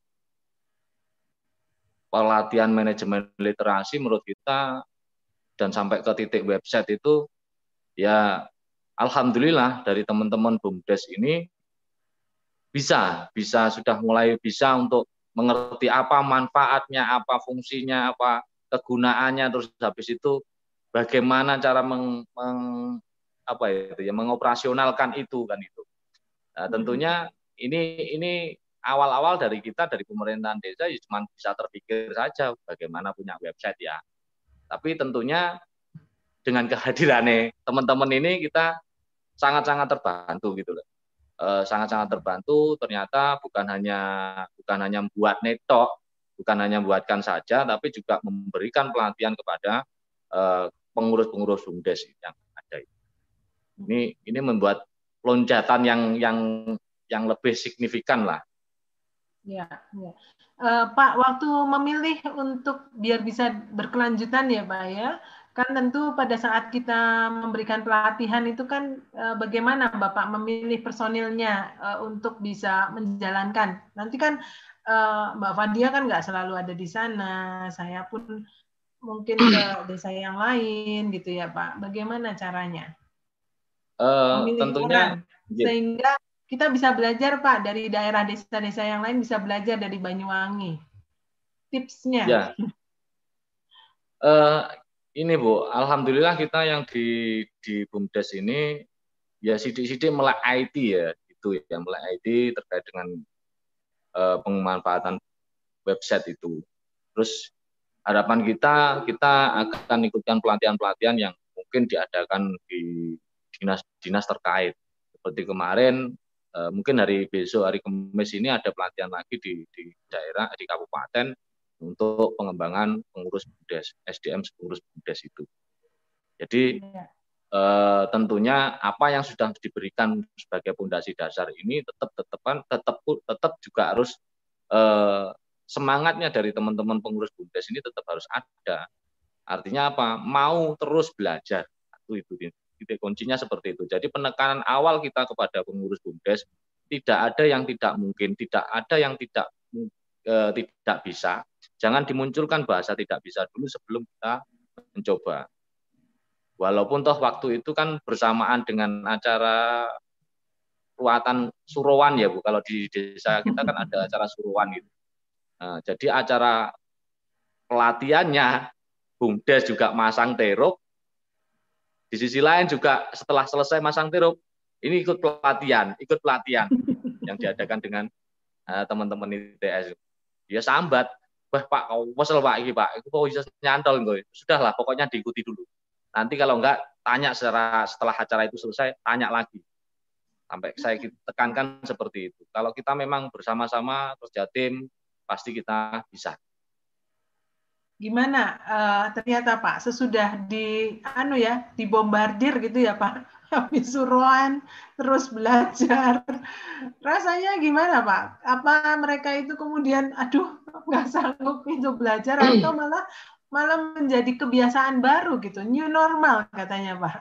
pelatihan manajemen literasi. Menurut kita dan sampai ke titik website itu ya alhamdulillah dari teman-teman BUMDes ini bisa bisa sudah mulai bisa untuk mengerti apa manfaatnya, apa fungsinya, apa kegunaannya, terus habis itu bagaimana cara meng, meng apa itu ya mengoperasionalkan itu kan itu. Nah, tentunya ini ini awal-awal dari kita dari pemerintahan desa ya cuma bisa terpikir saja bagaimana punya website ya. Tapi tentunya dengan kehadirannya teman-teman ini kita sangat-sangat terbantu gitu loh. Sangat-sangat terbantu, ternyata bukan hanya bukan hanya membuat netok, bukan hanya membuatkan saja, tapi juga memberikan pelatihan kepada pengurus-pengurus BUMDes yang ada. Ini ini membuat loncatan yang yang yang lebih signifikan lah. Ya, ya. Uh, Pak, waktu memilih untuk biar bisa berkelanjutan ya Pak ya, kan tentu pada saat kita memberikan pelatihan itu kan uh, bagaimana Bapak memilih personilnya uh, untuk bisa menjalankan. Nanti kan uh, Mbak Fadia kan nggak selalu ada di sana, saya pun mungkin ke desa yang lain gitu ya Pak. Bagaimana caranya? Uh, tentunya orang, sehingga kita bisa belajar Pak dari daerah desa-desa yang lain, bisa belajar dari Banyuwangi. Tipsnya? Ya, uh, ini Bu, alhamdulillah kita yang di di BUMDes ini ya sidik-sidik melek I T ya, itu ya melek I T terkait dengan uh, pemanfaatan website itu. Terus harapan kita kita akan ikutkan pelatihan-pelatihan yang mungkin diadakan di dinas-dinas terkait. Seperti kemarin, eh, mungkin hari besok, hari Kamis ini ada pelatihan lagi di, di daerah, di kabupaten untuk pengembangan pengurus BUMDes, S D M pengurus BUMDes itu. Jadi eh, tentunya apa yang sudah diberikan sebagai fondasi dasar ini tetap tetapkan tetap tetap juga harus eh, semangatnya dari teman-teman pengurus BUMDes ini tetap harus ada. Artinya apa? Mau terus belajar. Itu itu titik kuncinya seperti itu. Jadi penekanan awal kita kepada pengurus BUMDes tidak ada yang tidak mungkin, tidak ada yang tidak eh, tidak bisa. Jangan dimunculkan bahasa tidak bisa dulu sebelum kita mencoba. Walaupun toh waktu itu kan bersamaan dengan acara ruatan suruhan ya Bu. Kalau di desa kita kan ada acara suruhan gitu. Nah, jadi acara pelatihannya BUMDes juga masang terop. Di sisi lain juga setelah selesai masang terop, ini ikut pelatihan, ikut pelatihan yang diadakan dengan uh, teman-teman I T S. Dia sambat, wah Pak, kau kesel Pak ini Pak, itu kok bisa nyantol gue. Sudahlah, pokoknya diikuti dulu. Nanti kalau enggak, tanya secara setelah acara itu selesai, tanya lagi. Sampai saya tekankan seperti itu. Kalau kita memang bersama-sama kerja tim, pasti kita bisa. Gimana uh, ternyata Pak sesudah di anu ya dibombardir gitu ya Pak, habis suruhan terus belajar, rasanya gimana Pak? Apa mereka itu kemudian aduh nggak sanggup itu belajar atau malah malah menjadi kebiasaan baru gitu, new normal katanya Pak?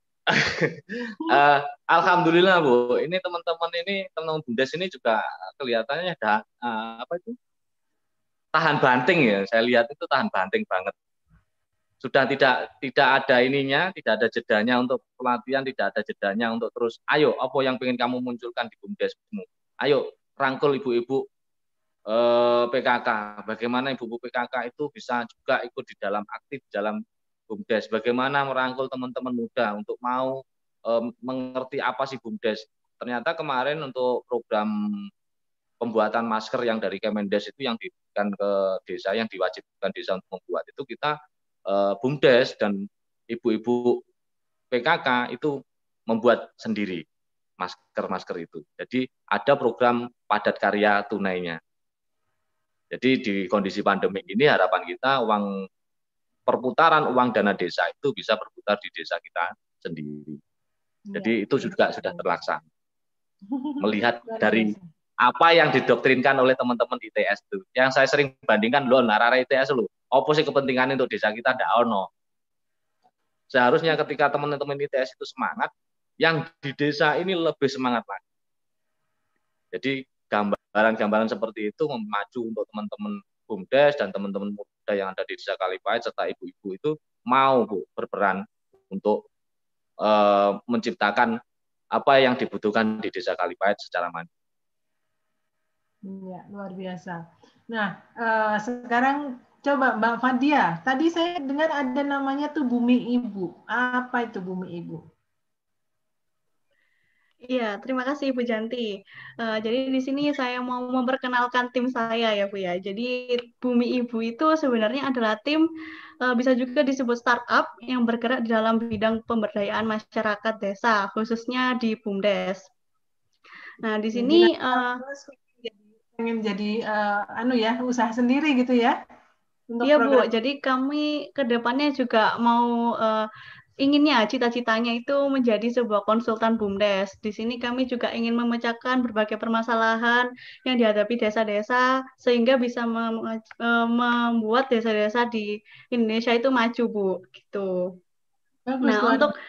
uh, Alhamdulillah Bu, ini teman-teman ini teman-teman BUMDes ini juga kelihatannya ada uh, apa itu tahan banting ya, saya lihat itu tahan banting banget. Sudah tidak tidak ada ininya, tidak ada jedanya untuk pelatihan, tidak ada jedanya untuk terus, ayo apa yang ingin kamu munculkan di BUMDesmu, ayo rangkul ibu-ibu eh, P K K, bagaimana ibu-ibu P K K itu bisa juga ikut di dalam aktif di dalam BUMDes, bagaimana merangkul teman-teman muda untuk mau eh, mengerti apa sih BUMDes. Ternyata kemarin untuk program pembuatan masker yang dari Kemendes itu yang diberikan ke desa, yang diwajibkan desa untuk membuat itu, kita eh, BUMDes dan ibu-ibu P K K itu membuat sendiri masker-masker itu. Jadi ada program padat karya tunainya. Jadi di kondisi pandemi ini harapan kita uang perputaran uang dana desa itu bisa berputar di desa kita sendiri. Jadi ya, itu juga ya. Sudah terlaksana. Melihat dari apa yang didoktrinkan oleh teman-teman I T S itu. Yang saya sering bandingkan, loh, narara I T S loh, apa sih kepentingan untuk desa kita, ndak ono. Seharusnya ketika teman-teman I T S itu semangat, yang di desa ini lebih semangat lagi. Jadi gambaran-gambaran seperti itu memacu untuk teman-teman BUMDes dan teman-teman muda yang ada di Desa Kalipait serta ibu-ibu itu mau Bu berperan untuk uh, menciptakan apa yang dibutuhkan di Desa Kalipait secara mandiri. Iya, luar biasa. Nah, uh, sekarang coba Mbak Fadia. Tadi saya dengar ada namanya tuh Bumi Ibu. Apa itu Bumi Ibu? Iya, terima kasih Ibu Janti. Uh, jadi di sini saya mau memperkenalkan tim saya ya Bu ya. Jadi Bumi Ibu itu sebenarnya adalah tim uh, bisa juga disebut startup yang bergerak di dalam bidang pemberdayaan masyarakat desa, khususnya di BUMDes. Nah di sini uh, pengen jadi uh, anu ya usaha sendiri gitu ya. Untuk iya program. Bu, jadi kami ke depannya juga mau uh, inginnya cita-citanya itu menjadi sebuah konsultan BUMDes. Di sini kami juga ingin memecahkan berbagai permasalahan yang dihadapi desa-desa sehingga bisa mem membuat desa-desa di Indonesia itu maju, Bu. Gitu. Bagus, nah, Bu. Untuk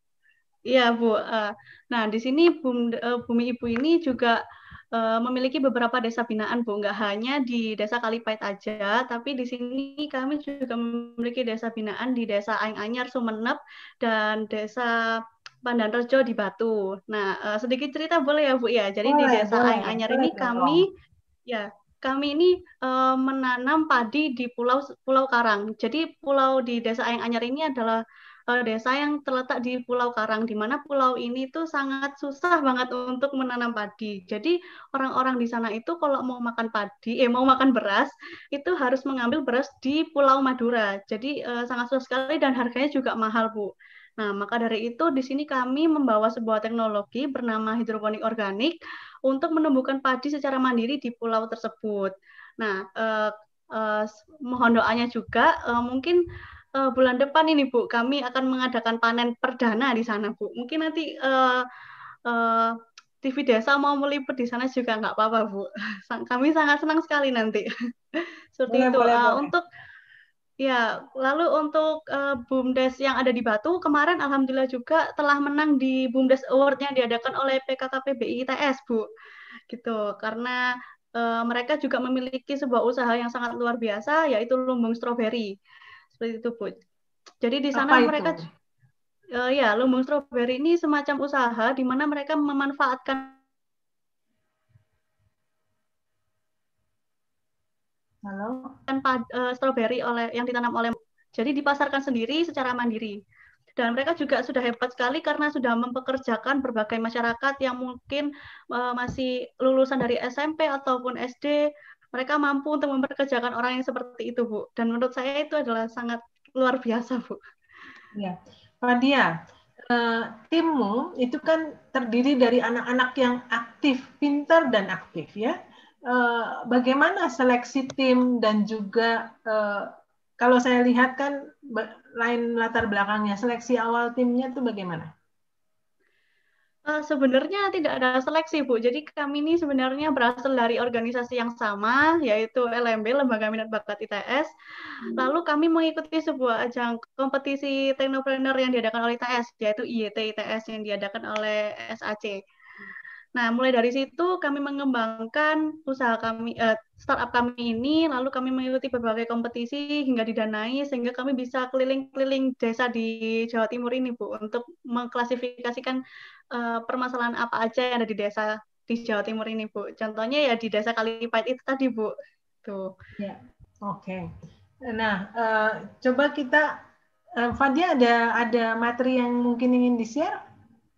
Iya, Bu. Uh, nah, di sini Bum, uh, Bumi Ibu ini juga uh, memiliki beberapa desa binaan, Bu. Nggak hanya di Desa Kalipait aja, tapi di sini kami juga memiliki desa binaan di Desa Aing Anyar, Sumenep, dan Desa Pandanrejo di Batu. Nah, uh, sedikit cerita boleh ya, Bu ya? Jadi boleh, di Desa boleh, Aing Anyar boleh, ini kami, dong. ya, kami ini uh, menanam padi di Pulau Pulau Karang. Jadi pulau di Desa Aing Anyar ini adalah desa yang terletak di Pulau Karang, di mana pulau ini tuh sangat susah banget untuk menanam padi. Jadi orang-orang di sana itu kalau mau makan padi, eh mau makan beras, itu harus mengambil beras di Pulau Madura. Jadi eh, sangat susah sekali dan harganya juga mahal, Bu. Nah, maka dari itu di sini kami membawa sebuah teknologi bernama hidroponik organik untuk menumbuhkan padi secara mandiri di pulau tersebut. Nah, eh, eh, mohon doanya juga, eh, mungkin Uh, bulan depan ini Bu, kami akan mengadakan panen perdana di sana Bu. Mungkin nanti uh, uh, T V Desa mau meliput di sana juga nggak apa-apa Bu. Kami sangat senang sekali nanti. Seperti boleh, itu. Boleh, uh, boleh. Untuk ya, lalu untuk uh, BUMDes yang ada di Batu kemarin alhamdulillah juga telah menang di BUMDes Award yang diadakan oleh P K K P B I I T S Bu. Gitu. Karena uh, mereka juga memiliki sebuah usaha yang sangat luar biasa yaitu lumbung stroberi. Seperti itu, Bu. Jadi di sana apa mereka itu? Uh, ya, lumbung stroberi ini semacam usaha di mana mereka memanfaatkan Halo? Uh, stroberi oleh yang ditanam oleh jadi dipasarkan sendiri secara mandiri. Dan mereka juga sudah hebat sekali karena sudah mempekerjakan berbagai masyarakat yang mungkin uh, masih lulusan dari S M P ataupun S D. Mereka mampu untuk mempekerjakan orang yang seperti itu, Bu. Dan menurut saya itu adalah sangat luar biasa, Bu. Ya, Fadia, eh, timmu itu kan terdiri dari anak-anak yang aktif, pintar dan aktif ya. Eh, bagaimana seleksi tim dan juga eh, kalau saya lihat kan lain latar belakangnya, seleksi awal timnya itu bagaimana? Uh, sebenarnya tidak ada seleksi, Bu. Jadi kami ini sebenarnya berasal dari organisasi yang sama, yaitu L M B, Lembaga Minat Bakat I T S. Lalu kami mengikuti sebuah ajang kompetisi teknopreneur yang diadakan oleh I T S, yaitu I Y T I T S yang diadakan oleh S A C. Nah, mulai dari situ kami mengembangkan usaha kami, uh, startup kami ini, lalu kami mengikuti berbagai kompetisi hingga didanai, sehingga kami bisa keliling-keliling desa di Jawa Timur ini, Bu, untuk mengklasifikasikan uh, permasalahan apa aja yang ada di desa di Jawa Timur ini, Bu. Contohnya ya di Desa Kalipait itu tadi, Bu. Tuh. Ya, oke. Okay. Nah, uh, coba kita, uh, Fadia ada ada materi yang mungkin ingin di-share?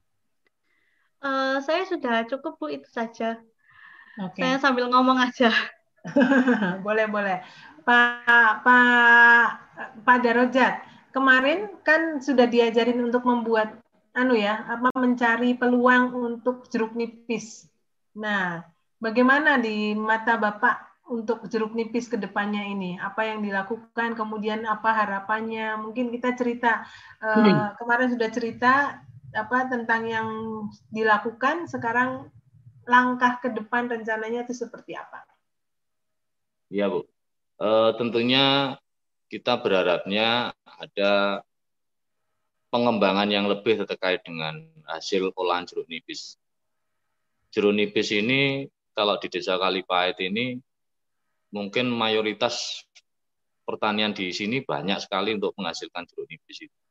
Uh, saya sudah cukup, Bu, itu saja. Okay. Saya sambil ngomong aja. boleh, boleh. Pak Pak Pak Darojat, kemarin kan sudah diajarin untuk membuat anu ya, apa mencari peluang untuk jeruk nipis. Nah, bagaimana di mata Bapak untuk jeruk nipis ke depannya ini? Apa yang dilakukan, kemudian apa harapannya? Mungkin kita cerita, uh, kemarin sudah cerita apa tentang yang dilakukan, sekarang langkah ke depan rencananya itu seperti apa? Iya, Bu. E, tentunya kita berharapnya ada pengembangan yang lebih terkait dengan hasil olahan jeruk nipis. Jeruk nipis ini kalau di Desa Kalipait ini mungkin mayoritas pertanian di sini banyak sekali untuk menghasilkan jeruk nipis itu.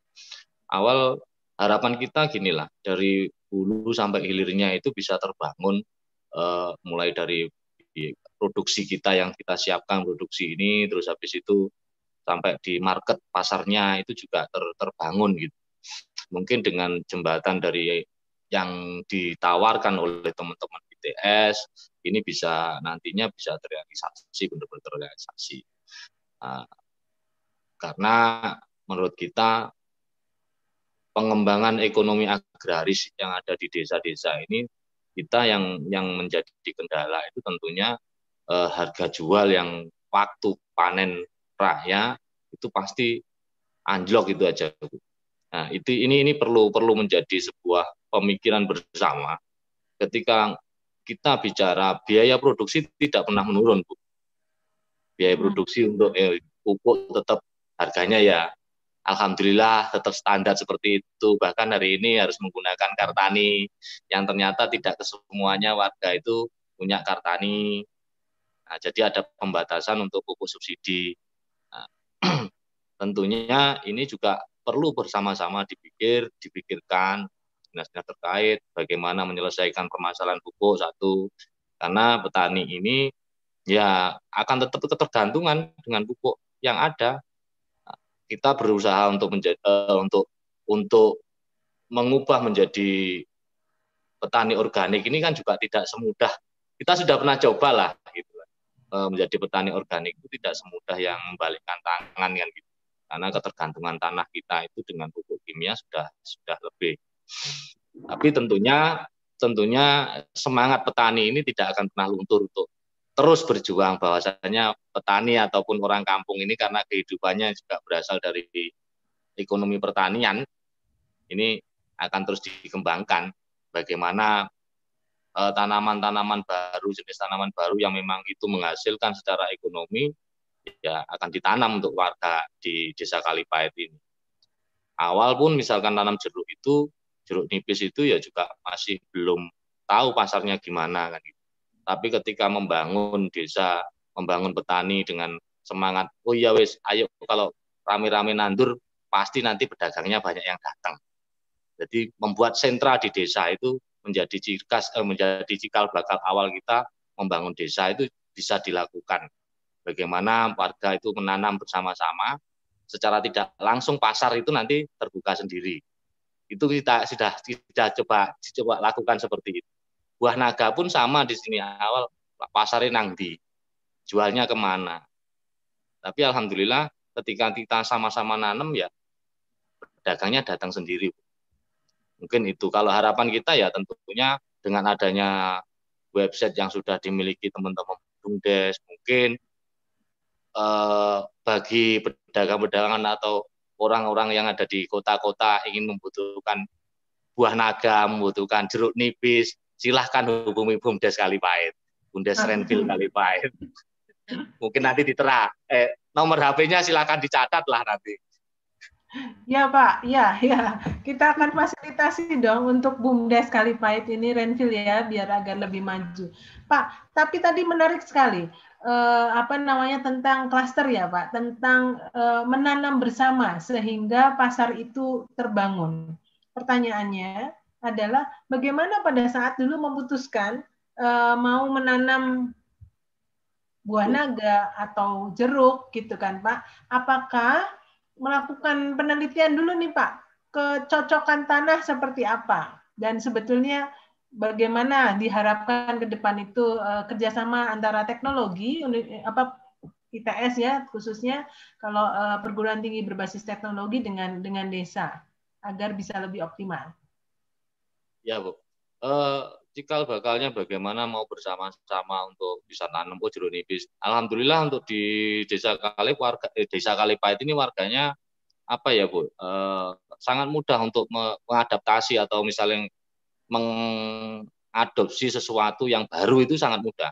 Awal harapan kita ginilah, dari hulu sampai hilirnya itu bisa terbangun, eh, mulai dari produksi kita yang kita siapkan produksi ini, terus habis itu sampai di market pasarnya itu juga ter, terbangun gitu. Mungkin dengan jembatan dari yang ditawarkan oleh teman-teman B T S ini bisa nantinya bisa terrealisasi, benar-benar terrealisasi. Nah, karena menurut kita pengembangan ekonomi agraris yang ada di desa-desa ini, kita yang yang menjadi kendala itu tentunya eh, harga jual yang waktu panen raya itu pasti anjlok itu aja. Nah, itu ini ini perlu perlu menjadi sebuah pemikiran bersama. Ketika kita bicara biaya produksi tidak pernah menurun, Bu. Biaya produksi untuk eh, pupuk tetap harganya ya alhamdulillah tetap standar seperti itu. Bahkan hari ini harus menggunakan Kartani yang ternyata tidak kesemuanya warga itu punya Kartani. Nah, jadi ada pembatasan untuk pupuk subsidi. Nah, tentunya ini juga perlu bersama-sama dipikir, dipikirkan dinas-dinas terkait bagaimana menyelesaikan permasalahan pupuk satu. Karena petani ini ya akan tetap ketergantungan dengan pupuk yang ada. Kita berusaha untuk menjadi, uh, untuk untuk mengubah menjadi petani organik ini kan juga tidak semudah. Kita sudah pernah coba lah gitu. Uh, menjadi petani organik itu tidak semudah yang membalikkan tangan kan gitu. Karena ketergantungan tanah kita itu dengan pupuk kimia sudah sudah lebih. Tapi tentunya tentunya semangat petani ini tidak akan pernah luntur untuk terus berjuang, bahwasanya petani ataupun orang kampung ini karena kehidupannya juga berasal dari ekonomi pertanian, ini akan terus dikembangkan. Bagaimana eh, tanaman-tanaman baru, jenis tanaman baru yang memang itu menghasilkan secara ekonomi, ya akan ditanam untuk warga di Desa Kalipait ini. Awal pun misalkan tanam jeruk itu, jeruk nipis itu ya juga masih belum tahu pasarnya gimana kan gitu. Tapi ketika membangun desa, membangun petani dengan semangat, oh iya wes, ayo kalau rame-rame nandur, pasti nanti pedagangnya banyak yang datang. Jadi membuat sentra di desa itu menjadi cikas, eh, menjadi cikal bakal awal kita membangun desa itu bisa dilakukan. Bagaimana warga itu menanam bersama-sama, secara tidak langsung pasar itu nanti terbuka sendiri. Itu kita sudah sudah coba coba lakukan seperti itu. Buah naga pun sama di sini, awal pasarnya nang di, jualnya kemana. Tapi alhamdulillah ketika kita sama-sama nanam ya pedagangnya datang sendiri. Mungkin itu. Kalau harapan kita ya tentunya dengan adanya website yang sudah dimiliki teman-teman BUMDes, mungkin eh, bagi pedagang-pedagang atau orang-orang yang ada di kota-kota ingin membutuhkan buah naga, membutuhkan jeruk nipis, silahkan hubungi BUMDes Kalipait, BUMDes Renville Kalipait. Mungkin nanti ditera, eh, nomor H P-nya silahkan dicatat lah nanti. Ya Pak, ya ya kita akan fasilitasi dong untuk BUMDes Kalipait ini Renville ya, biar agar lebih maju. Pak, tapi tadi menarik sekali eh, apa namanya tentang klaster ya Pak, tentang eh, menanam bersama sehingga pasar itu terbangun. Pertanyaannya adalah bagaimana pada saat dulu memutuskan uh, mau menanam buah naga atau jeruk gitu kan Pak? Apakah melakukan penelitian dulu nih Pak, kecocokan tanah seperti apa? Dan sebetulnya bagaimana diharapkan ke depan itu uh, kerjasama antara teknologi, apa I T S ya khususnya kalau uh, perguruan tinggi berbasis teknologi dengan dengan desa agar bisa lebih optimal. Ya Bu, uh, cikal bakalnya bagaimana mau bersama-sama untuk bisa tanam oh jeruk nipis. Alhamdulillah untuk di Desa Kalip warga eh, Desa Kalipait ini warganya apa ya Bu, eh, sangat mudah untuk mengadaptasi atau misalnya mengadopsi sesuatu yang baru itu sangat mudah.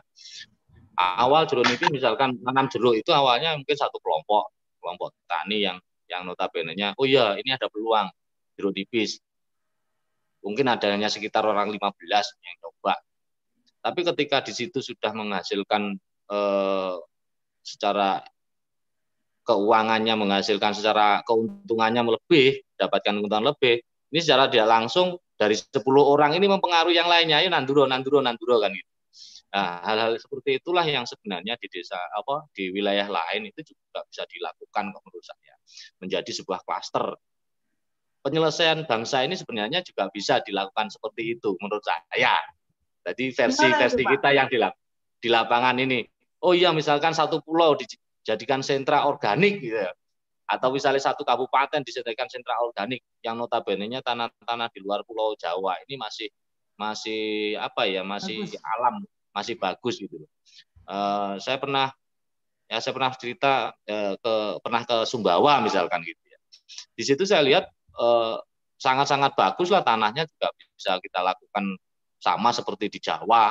Awal jeruk nipis misalkan menanam jeruk itu awalnya mungkin satu kelompok kelompok tani yang yang notabene-nya oh iya ini ada peluang jeruk nipis. Mungkin adanya sekitar orang lima belas yang coba. Tapi ketika di situ sudah menghasilkan eh, secara keuangannya, menghasilkan secara keuntungannya lebih, dapatkan keuntungan lebih, ini secara tidak langsung dari sepuluh orang ini mempengaruhi yang lainnya, ayo nanduro, nanduro, nanduro kan gitu. Nah, hal-hal seperti itulah yang sebenarnya di desa apa di wilayah lain itu juga bisa dilakukan menurut saya. Menjadi sebuah klaster. Penyelesaian bangsa ini sebenarnya juga bisa dilakukan seperti itu menurut saya. Jadi versi-versi kita yang di, di lapangan ini. Oh iya misalkan satu pulau dijadikan sentra organik gitu ya. Atau misalnya satu kabupaten dijadikan sentra organik yang notabene-nya tanah-tanah di luar Pulau Jawa ini masih masih apa ya masih bagus. Alam masih bagus gitu loh. Uh, saya pernah ya saya pernah cerita uh, ke pernah ke Sumbawa misalkan gitu ya. Di situ saya lihat uh, sangat-sangat bagus lah tanahnya juga bisa kita lakukan sama seperti di Jawa.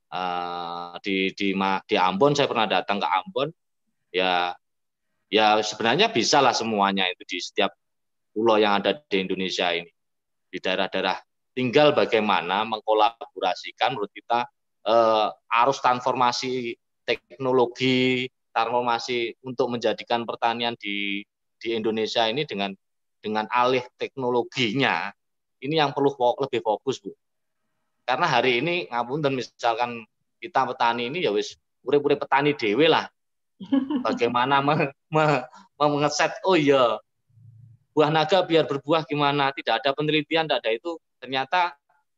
Uh, di di di Ambon saya pernah datang ke Ambon ya ya sebenarnya bisa lah semuanya itu di setiap pulau yang ada di Indonesia ini di daerah-daerah tinggal bagaimana mengkolaborasikan menurut kita eh, arus transformasi teknologi transformasi untuk menjadikan pertanian di di Indonesia ini dengan dengan alih teknologinya ini yang perlu lebih fokus Bu. Karena hari ini ngapunten misalkan kita petani ini ya wis urip-urip petani dhewe lah. Bagaimana me, me, mengeset oh iya buah naga biar berbuah gimana, tidak ada penelitian, tidak ada itu, ternyata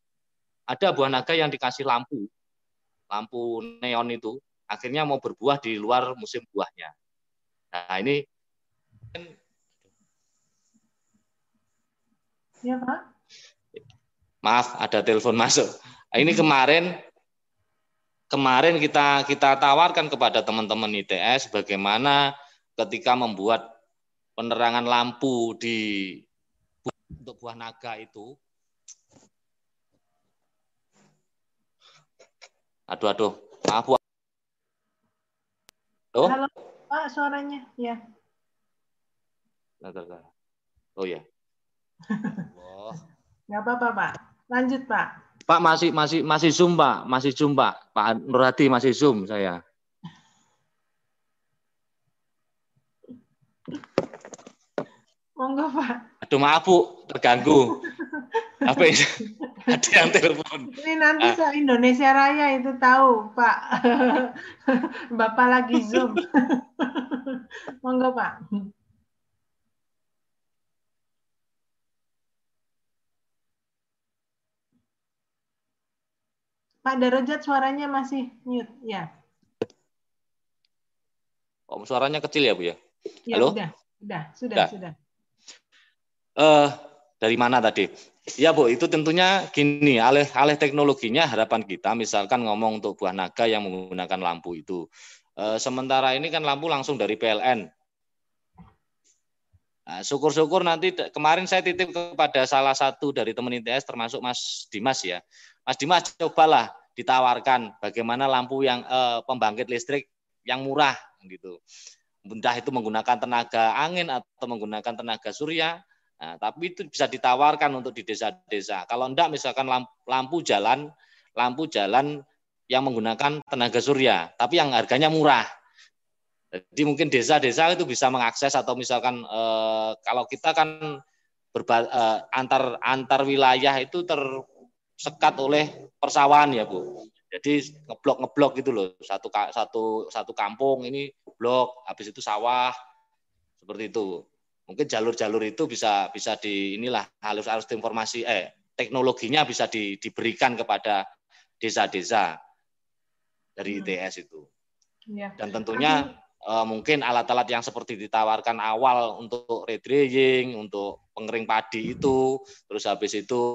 ada buah naga yang dikasih lampu lampu neon itu akhirnya mau berbuah di luar musim buahnya. Nah ini ya Pak, maaf ada telepon masuk. Ini kemarin kemarin kita kita tawarkan kepada teman-teman I T S bagaimana ketika membuat penerangan lampu di untuk buah naga itu. Aduh aduh, maaf Bu. Oh? Halo Pak, suaranya ya. Oh ya. Oh. Nggak apa-apa Pak, lanjut Pak. Pak masih masih masih zoom Pak, masih zoom Pak. Pak Nur Hadi masih zoom saya. Monggo Pak. Aduh maaf Bu, terganggu. Apa ini? Ada yang telepon. Ini nanti ah. Se Indonesia Raya itu tahu Pak. Bapak lagi zoom. Monggo Pak. Pak Darajat suaranya masih mute ya. Oh, suaranya kecil ya Bu ya? Ya halo? Sudah, sudah, sudah, sudah. sudah. Uh, dari mana tadi? Ya Bu, itu tentunya gini, alih alih teknologinya harapan kita misalkan ngomong untuk buah naga yang menggunakan lampu itu. Uh, sementara ini kan lampu langsung dari P L N. Nah, syukur-syukur nanti kemarin saya titip kepada salah satu dari teman I T S termasuk Mas Dimas ya. Mas Dimas cobalah ditawarkan bagaimana lampu yang uh, pembangkit listrik yang murah gitu. Entah itu menggunakan tenaga angin atau menggunakan tenaga surya. Nah, tapi itu bisa ditawarkan untuk di desa-desa. Kalau enggak misalkan lampu, lampu jalan, lampu jalan yang menggunakan tenaga surya, tapi yang harganya murah. Jadi mungkin desa-desa itu bisa mengakses atau misalkan eh, kalau kita kan berba, eh, antar antar wilayah itu tersekat oleh persawahan ya Bu. Jadi ngeblok-ngeblok gitu loh. Satu satu satu kampung ini blok, habis itu sawah seperti itu. Mungkin jalur-jalur itu bisa bisa di inilah halus harus informasi eh teknologinya bisa di, diberikan kepada desa-desa dari I T S itu. Ya. Dan tentunya eh, mungkin alat-alat yang seperti ditawarkan awal untuk redraying, untuk pengering padi itu, terus habis itu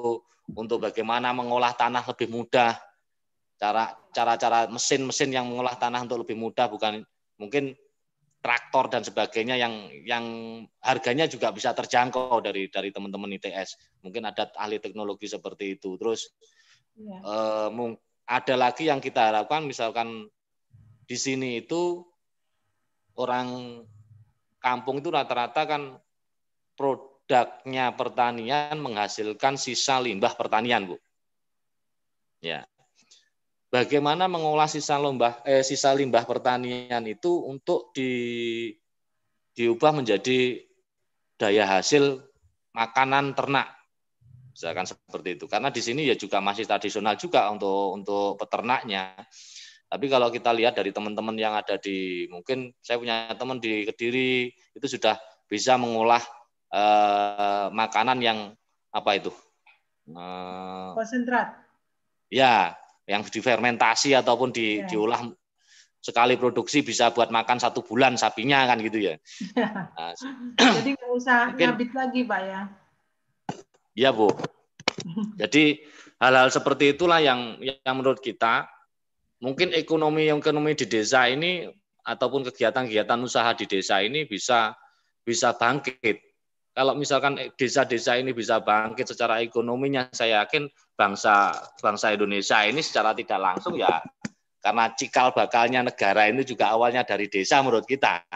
untuk bagaimana mengolah tanah lebih mudah, cara cara-cara mesin-mesin yang mengolah tanah untuk lebih mudah, bukan mungkin traktor dan sebagainya yang yang harganya juga bisa terjangkau dari dari teman-teman I T S. Mungkin ada ahli teknologi seperti itu. Terus ya. eh, ada lagi yang kita harapkan, misalkan di sini itu orang kampung itu rata-rata kan produknya pertanian menghasilkan sisa limbah pertanian, Bu. Ya. Bagaimana mengolah sisa limbah eh, sisa limbah pertanian itu untuk di diubah menjadi daya hasil makanan ternak, misalkan seperti itu. Karena di sini ya juga masih tradisional juga untuk untuk peternaknya. Tapi kalau kita lihat dari teman-teman yang ada di, mungkin saya punya teman di Kediri itu sudah bisa mengolah eh, makanan yang apa itu? Eh, konsentrat. Ya, yang difermentasi ataupun di, ya. diolah sekali produksi bisa buat makan satu bulan sapinya kan gitu ya. Nah, jadi nggak usah mungkin, nyabit lagi Pak ya. Iya Bu. Jadi hal-hal seperti itulah yang yang menurut kita mungkin ekonomi ekonomi di desa ini ataupun kegiatan-kegiatan usaha di desa ini bisa bisa bangkit. Kalau misalkan desa-desa ini bisa bangkit secara ekonominya, saya yakin bangsa bangsa Indonesia ini secara tidak langsung ya, karena cikal bakalnya negara ini juga awalnya dari desa menurut kita.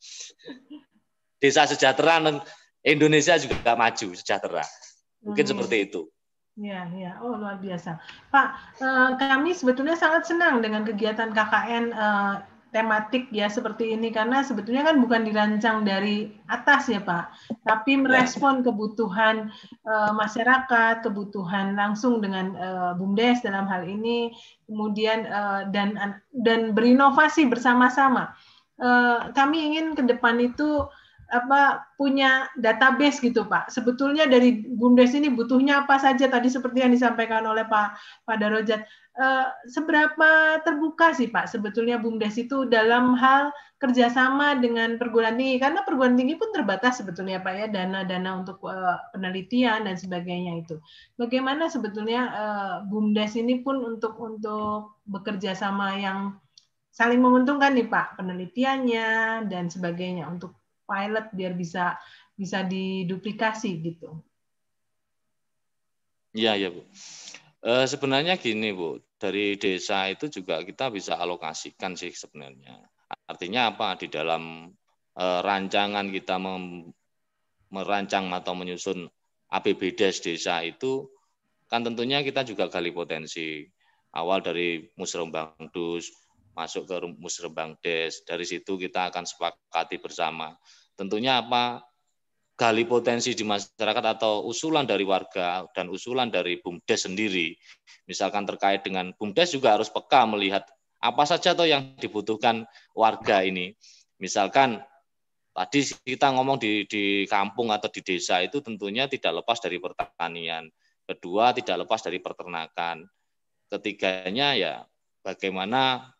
Desa sejahtera, Indonesia juga maju sejahtera. Mungkin hmm. seperti itu. Ya, ya. Oh, luar biasa. Pak, eh, kami sebetulnya sangat senang dengan kegiatan K K N eh, tematik ya seperti ini, karena sebetulnya kan bukan dirancang dari atas ya Pak, tapi merespon kebutuhan uh, masyarakat, kebutuhan langsung dengan uh, BUMDes dalam hal ini, kemudian uh, dan dan berinovasi bersama-sama. Uh, kami ingin ke depan itu apa punya database gitu Pak. Sebetulnya dari BUMDes ini butuhnya apa saja, tadi seperti yang disampaikan oleh Pak Pak Darojat. Eh, seberapa terbuka sih Pak sebetulnya BUMDes itu dalam hal kerjasama dengan perguruan tinggi, karena perguruan tinggi pun terbatas sebetulnya Pak ya, dana-dana untuk uh, penelitian dan sebagainya itu. Bagaimana sebetulnya uh, BUMDes ini pun untuk untuk bekerja sama yang saling menguntungkan nih Pak, penelitiannya dan sebagainya untuk pilot biar bisa bisa diduplikasi gitu. Iya ya Bu. E, sebenarnya gini Bu, dari desa itu juga kita bisa alokasikan sih sebenarnya. Artinya apa? Di dalam e, rancangan kita mem, merancang atau menyusun A P B D E S desa itu kan tentunya kita juga gali potensi. Awal dari Musrembang Dus, masuk ke Musrembang Des. Dari situ kita akan sepakati bersama. Tentunya apa? Gali potensi di masyarakat atau usulan dari warga dan usulan dari BUMDes sendiri. Misalkan terkait dengan BUMDes juga harus peka melihat apa saja toh yang dibutuhkan warga ini. Misalkan tadi kita ngomong di, di kampung atau di desa itu tentunya tidak lepas dari pertanian. Kedua, tidak lepas dari peternakan. Ketiganya ya bagaimana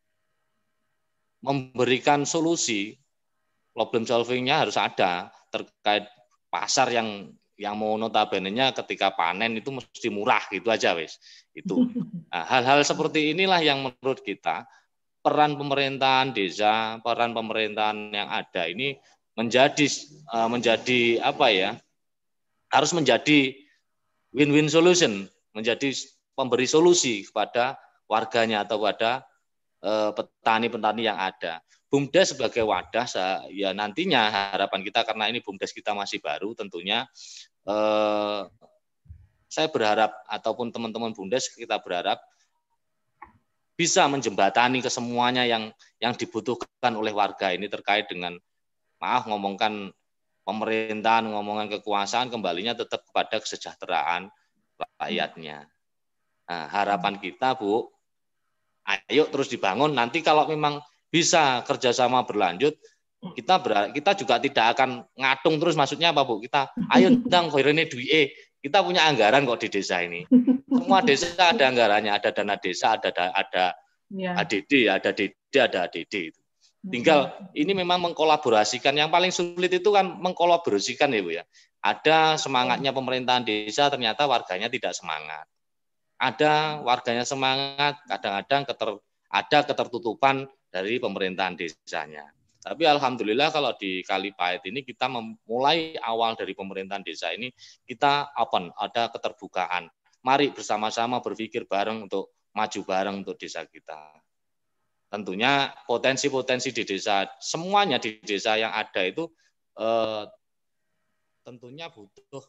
memberikan solusi, problem solving-nya harus ada terkait pasar yang yang mau notabene-nya ketika panen itu mesti murah gitu aja wes. Itu. Nah, hal-hal seperti inilah yang menurut kita peran pemerintahan desa, peran pemerintahan yang ada ini menjadi menjadi apa ya? Harus menjadi win-win solution, menjadi pemberi solusi kepada warganya atau pada petani-petani yang ada. BUMDes sebagai wadah, ya nantinya harapan kita karena ini BUMDes kita masih baru, tentunya eh, saya berharap ataupun teman-teman BUMDes kita berharap bisa menjembatani ke semuanya yang yang dibutuhkan oleh warga ini terkait dengan, maaf ngomongkan pemerintahan, ngomongkan kekuasaan, kembalinya tetap kepada kesejahteraan rakyatnya. Nah, harapan kita Bu, ayo terus dibangun. Nanti kalau memang bisa kerjasama berlanjut, kita ber, kita juga tidak akan ngatung terus. Maksudnya apa Bu? Kita ayo ndang koirene duwe. Kita punya anggaran kok di desa ini. Semua desa ada anggarannya, ada dana desa, ada ada ya. A D D, ada D D, ada A D D. Tinggal ini memang mengkolaborasikan. Yang paling sulit itu kan mengkolaborasikan ya Bu ya. Ada semangatnya pemerintahan desa, ternyata warganya tidak semangat. Ada warganya semangat, kadang-kadang keter, ada ketertutupan dari pemerintahan desanya. Tapi alhamdulillah kalau di Kalipait ini kita memulai awal dari pemerintahan desa ini, kita open, ada keterbukaan. Mari bersama-sama berpikir bareng untuk maju bareng untuk desa kita. Tentunya potensi-potensi di desa, semuanya di desa yang ada itu eh, tentunya butuh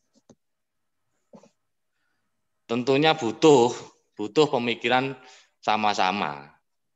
tentunya butuh butuh pemikiran sama-sama.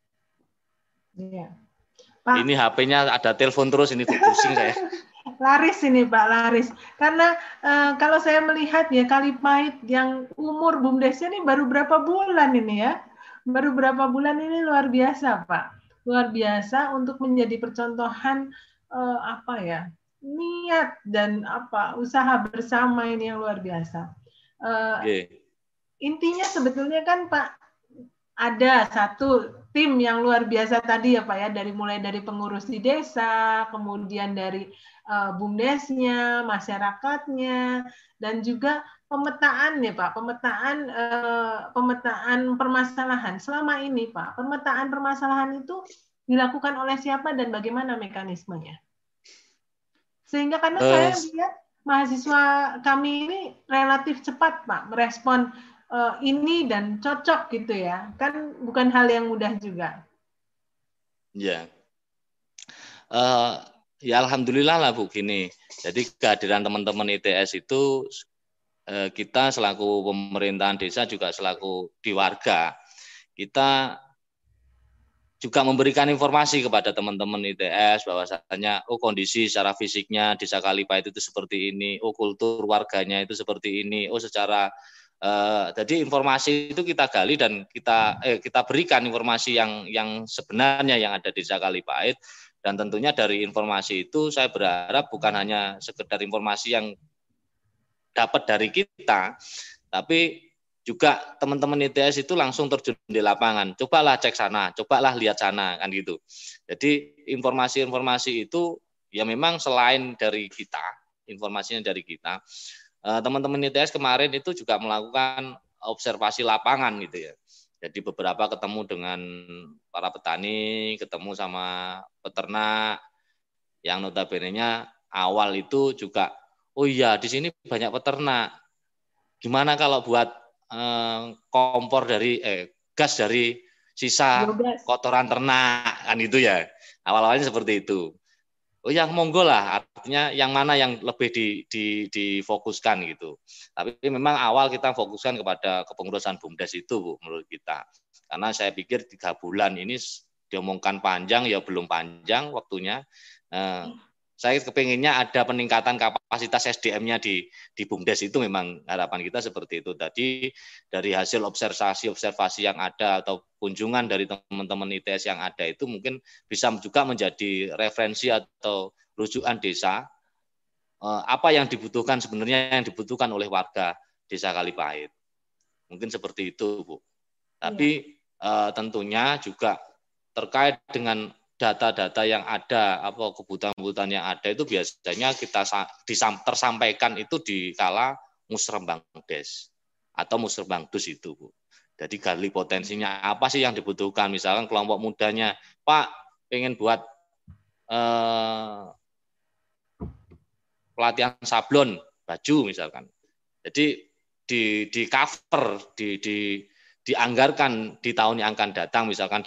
Iya. Pak, ini H P-nya ada telepon terus, ini pusing saya. Laris ini Pak, laris. Karena eh, kalau saya melihat ya Kalipait yang umur BUMDesnya ini baru berapa bulan ini ya. Baru berapa bulan ini luar biasa Pak. Luar biasa untuk menjadi percontohan eh, apa ya, niat dan apa usaha bersama ini yang luar biasa. Eh, Okay. Intinya sebetulnya kan Pak, ada satu tim yang luar biasa tadi ya Pak ya, dari mulai dari pengurus di desa, kemudian dari uh, BUMDesnya, masyarakatnya, dan juga pemetaan ya Pak, pemetaan uh, pemetaan permasalahan. Selama ini Pak, pemetaan permasalahan itu dilakukan oleh siapa dan bagaimana mekanismenya? Sehingga karena uh, saya lihat mahasiswa kami ini relatif cepat Pak merespon Uh, ini dan cocok gitu ya, kan bukan hal yang mudah juga. Ya, uh, ya alhamdulillah lah Bu gini. Jadi kehadiran teman-teman I T S itu uh, kita selaku pemerintahan desa juga selaku di warga, kita juga memberikan informasi kepada teman-teman I T S bahwasanya oh kondisi secara fisiknya desa Kalipait itu seperti ini, oh kultur warganya itu seperti ini, oh secara Uh, jadi informasi itu kita gali dan kita eh, kita berikan informasi yang yang sebenarnya yang ada di desa Kalipait, dan tentunya dari informasi itu saya berharap bukan hanya sekedar informasi yang dapat dari kita, tapi juga teman-teman I T S itu langsung terjun di lapangan, cobalah cek sana, cobalah lihat sana, kan gitu. Jadi informasi-informasi itu ya memang selain dari kita, informasinya dari kita. Teman-teman I T S kemarin itu juga melakukan observasi lapangan gitu ya. Jadi beberapa ketemu dengan para petani, ketemu sama peternak yang notabene-nya awal itu juga, oh iya di sini banyak peternak. Gimana kalau buat eh, kompor dari eh, gas dari sisa Biogas. Kotoran ternak, kan itu ya. Awal-awalnya seperti itu. Oh yang monggo lah, artinya yang mana yang lebih di, di, difokuskan gitu. Tapi memang awal kita fokuskan kepada kepengurusan BUMDes itu Bu, menurut kita. Karena saya pikir tiga bulan ini diomongkan panjang, ya belum panjang waktunya. Eh, saya kepinginnya ada peningkatan kapasitas S D M-nya di, di BUMDes itu, memang harapan kita seperti itu. Tadi dari hasil observasi-observasi yang ada atau kunjungan dari teman-teman I T S yang ada itu mungkin bisa juga menjadi referensi atau rujukan desa eh, apa yang dibutuhkan sebenarnya yang dibutuhkan oleh warga desa Kalipait. Mungkin seperti itu Bu. Tapi ya. eh, tentunya juga terkait dengan data-data yang ada, apa kebutuhan-kebutuhan yang ada itu biasanya kita tersampaikan itu di kala musrembang des atau musrembang dus itu Bu. Jadi gali potensinya apa sih yang dibutuhkan, misalkan kelompok mudanya, Pak pengen buat eh, pelatihan sablon baju misalkan. Jadi di di cover, di di dianggarkan di tahun yang akan datang misalkan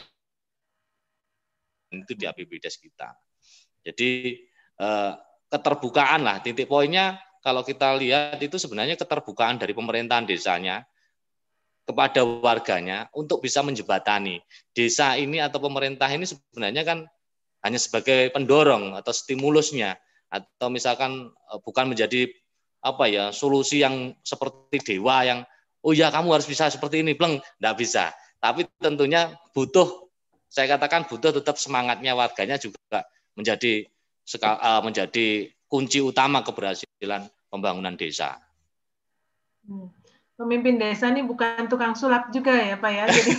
itu di A P B D E S kita. Jadi eh, keterbukaan lah titik poinnya kalau kita lihat itu sebenarnya keterbukaan dari pemerintahan desanya kepada warganya untuk bisa menjembatani desa ini atau pemerintah ini sebenarnya kan hanya sebagai pendorong atau stimulusnya, atau misalkan bukan menjadi apa ya solusi yang seperti dewa yang oh ya kamu harus bisa seperti ini, pleng, enggak bisa. Tapi tentunya butuh, saya katakan butuh tetap semangatnya warganya juga menjadi menjadi kunci utama keberhasilan pembangunan desa. Hmm. Pemimpin desa ini bukan tukang sulap juga ya Pak ya. Jadi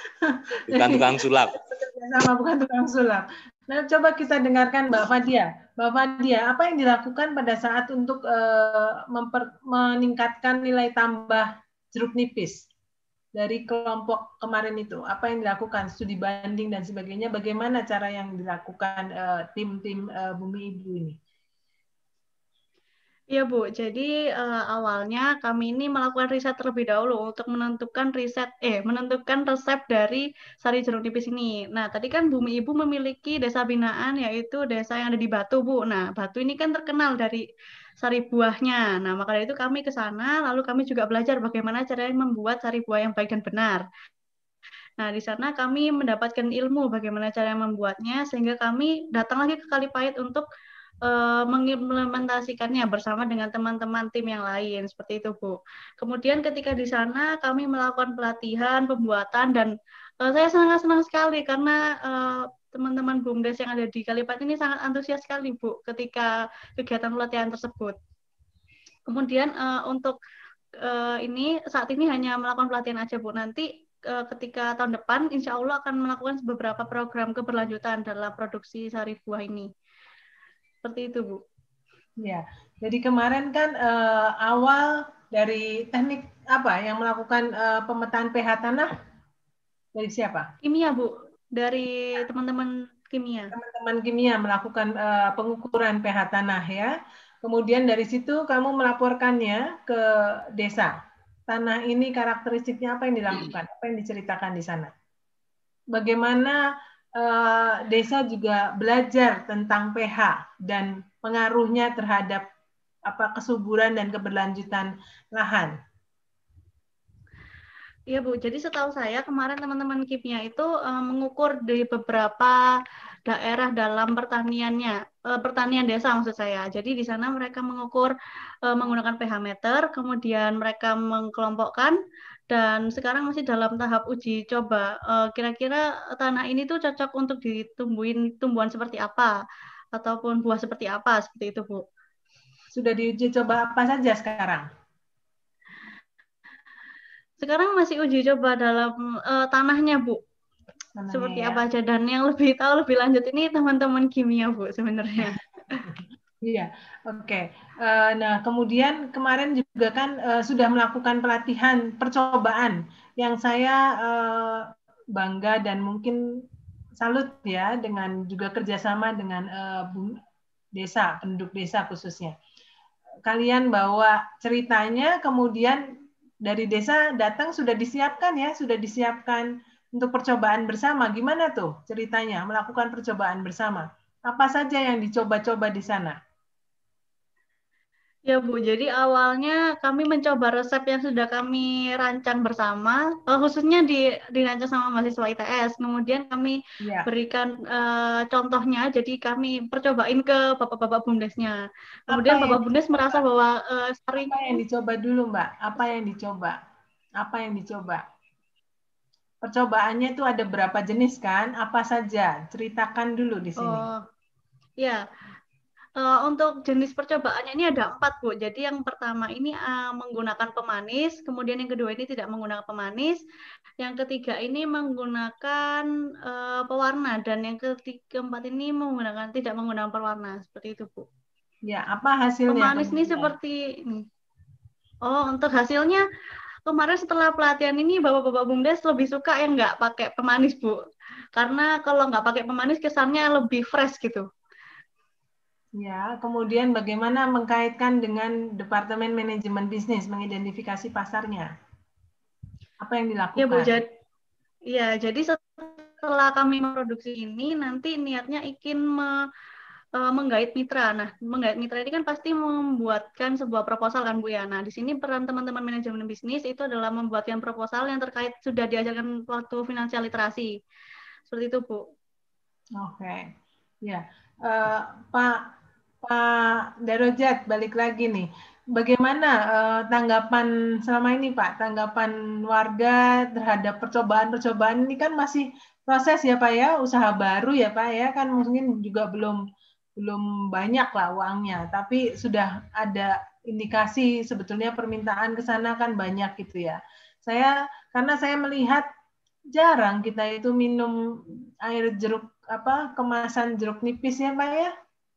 bukan tukang sulap. Sama bukan tukang sulap. Nah, coba kita dengarkan Mbak Fadia. Bapak dia, apa yang dilakukan pada saat untuk uh, memper, meningkatkan nilai tambah jeruk nipis dari kelompok kemarin itu? Apa yang dilakukan? Studi banding dan sebagainya. Bagaimana cara yang dilakukan tim-tim uh, uh, Bumi Ibu ini? Iya Bu, jadi uh, awalnya kami ini melakukan riset terlebih dahulu untuk menentukan riset, eh menentukan resep dari sari jeruk nipis ini. Nah tadi kan Bumi Ibu memiliki desa binaan yaitu desa yang ada di Batu Bu. Nah Batu ini kan terkenal dari sari buahnya. Nah maka dari itu kami ke sana, lalu kami juga belajar bagaimana caranya membuat sari buah yang baik dan benar. Nah, di sana kami mendapatkan ilmu bagaimana cara membuatnya, sehingga kami datang lagi ke Kalipait untuk uh, mengimplementasikannya bersama dengan teman-teman tim yang lain, seperti itu, Bu. Kemudian ketika di sana kami melakukan pelatihan, pembuatan, dan uh, saya sangat senang sekali karena uh, teman-teman BUMDes yang ada di Kalipait ini sangat antusias sekali, Bu, ketika kegiatan pelatihan tersebut. Kemudian uh, untuk uh, ini saat ini hanya melakukan pelatihan aja, Bu. Nanti ketika tahun depan, insya Allah akan melakukan beberapa program keberlanjutan dalam produksi sari buah ini. Seperti itu, Bu. Ya, jadi kemarin kan uh, awal dari teknik apa yang melakukan uh, pemetaan pH tanah dari siapa? Kimia, Bu. Dari teman-teman kimia. Teman-teman kimia melakukan uh, pengukuran pH tanah ya. Kemudian dari situ kamu melaporkannya ke desa. Tanah ini karakteristiknya apa yang dilakukan, apa yang diceritakan di sana. Bagaimana uh, desa juga belajar tentang pH dan pengaruhnya terhadap apa kesuburan dan keberlanjutan lahan. Iya Bu, jadi setahu saya kemarin teman-teman kimia itu uh, mengukur di beberapa daerah dalam pertaniannya, uh, pertanian desa maksud saya. Jadi di sana mereka mengukur uh, menggunakan pH meter, kemudian mereka mengkelompokkan, dan sekarang masih dalam tahap uji coba. Uh, kira-kira tanah ini tuh cocok untuk ditumbuhin tumbuhan seperti apa, ataupun buah seperti apa, seperti itu Bu. Sudah diuji coba apa saja sekarang? Sekarang masih uji coba dalam uh, tanahnya, Bu. Tanahnya, seperti ya. Apa aja, dan yang lebih tahu lebih lanjut ini teman-teman kimia, Bu, sebenarnya. Iya, oke. Okay. Uh, nah, kemudian kemarin juga kan uh, sudah melakukan pelatihan percobaan yang saya uh, bangga dan mungkin salut ya dengan juga kerjasama dengan uh, desa, penduduk desa khususnya. Kalian bawa ceritanya, kemudian dari desa datang sudah disiapkan ya, sudah disiapkan untuk percobaan bersama. Gimana tuh ceritanya melakukan percobaan bersama? Apa saja yang dicoba-coba di sana? Ya Bu, jadi awalnya kami mencoba resep yang sudah kami rancang bersama, khususnya di, dirancang sama mahasiswa I T S. Kemudian kami ya. berikan uh, contohnya, jadi kami percobain ke bapak-bapak bumdesnya. Kemudian apa bapak bumdes merasa bahwa uh, sari apa yang dicoba dulu Mbak? Apa yang dicoba? Apa yang dicoba? Percobaannya itu ada berapa jenis kan? Apa saja? Ceritakan dulu di sini. Oh, ya. Uh, untuk jenis percobaannya ini ada empat, Bu. Jadi yang pertama ini uh, menggunakan pemanis, kemudian yang kedua ini tidak menggunakan pemanis, yang ketiga ini menggunakan uh, pewarna, dan yang ketiga keempat ini menggunakan tidak menggunakan pewarna, seperti itu, Bu. Ya, apa hasilnya? Pemanis ini seperti ini. Oh, untuk hasilnya kemarin setelah pelatihan ini bapak-bapak bumdes lebih suka yang nggak pakai pemanis, Bu. Karena kalau nggak pakai pemanis kesannya lebih fresh gitu. Ya, kemudian bagaimana mengkaitkan dengan Departemen Manajemen Bisnis, mengidentifikasi pasarnya? Apa yang dilakukan? Ya, Bu, jadi, ya, jadi setelah kami memproduksi ini, nanti niatnya ingin me, uh, menggait mitra. Nah, menggait mitra ini kan pasti membuatkan sebuah proposal kan, Bu ya. Nah, di sini peran teman-teman manajemen bisnis itu adalah membuatkan proposal yang terkait sudah diajarkan waktu finansial literasi. Seperti itu, Bu. Oke. Okay. Ya, uh, Pak Pak Darojat, balik lagi nih. Bagaimana uh, tanggapan selama ini, Pak? Tanggapan warga terhadap percobaan-percobaan ini kan masih proses ya, Pak ya, usaha baru ya, Pak ya, kan mungkin juga belum belum banyak lah uangnya, tapi sudah ada indikasi sebetulnya permintaan ke sana kan banyak gitu ya. Saya karena saya melihat jarang kita itu minum air jeruk apa kemasan jeruk nipis ya, Pak ya.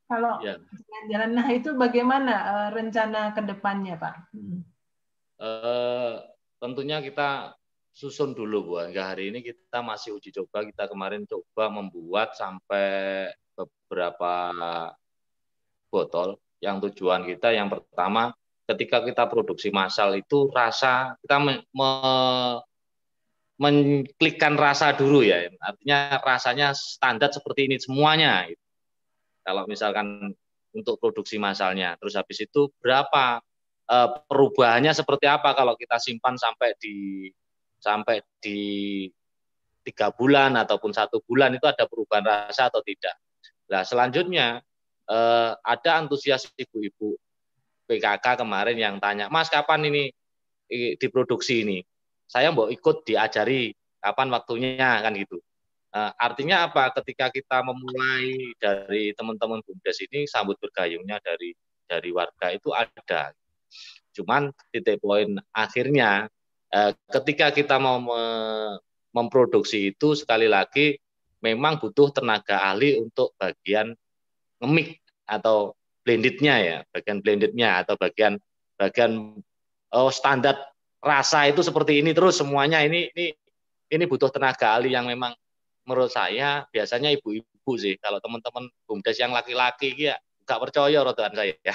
Kalau Ya. jalan-jalan, nah itu bagaimana uh, rencana ke depannya, Pak? Uh, tentunya kita susun dulu, Bu. Hingga hari ini kita masih uji coba. Kita kemarin coba membuat sampai beberapa botol. Yang tujuan kita yang pertama, ketika kita produksi massal itu rasa kita me, me, mengklikkan rasa dulu ya. Artinya rasanya standar seperti ini semuanya. Kalau misalkan untuk produksi massalnya, terus habis itu berapa eh, perubahannya seperti apa kalau kita simpan sampai di sampai di tiga bulan ataupun satu bulan itu ada perubahan rasa atau tidak. Nah selanjutnya eh, ada antusias ibu-ibu P K K kemarin yang tanya, Mas kapan ini diproduksi ini? Saya mau ikut diajari kapan waktunya kan gitu. Uh, artinya apa? Ketika kita memulai dari teman-teman BUMDes ini sambut bergayungnya dari dari warga itu ada. Cuman titik poin akhirnya uh, ketika kita mau me memproduksi itu sekali lagi memang butuh tenaga ahli untuk bagian ngemik atau blendednya ya, bagian blendednya atau bagian bagian oh, standar rasa itu seperti ini terus semuanya ini ini ini butuh tenaga ahli yang memang menurut saya biasanya ibu-ibu sih. Kalau teman-teman BUMDes yang laki-laki ya nggak percaya rotan saya ya.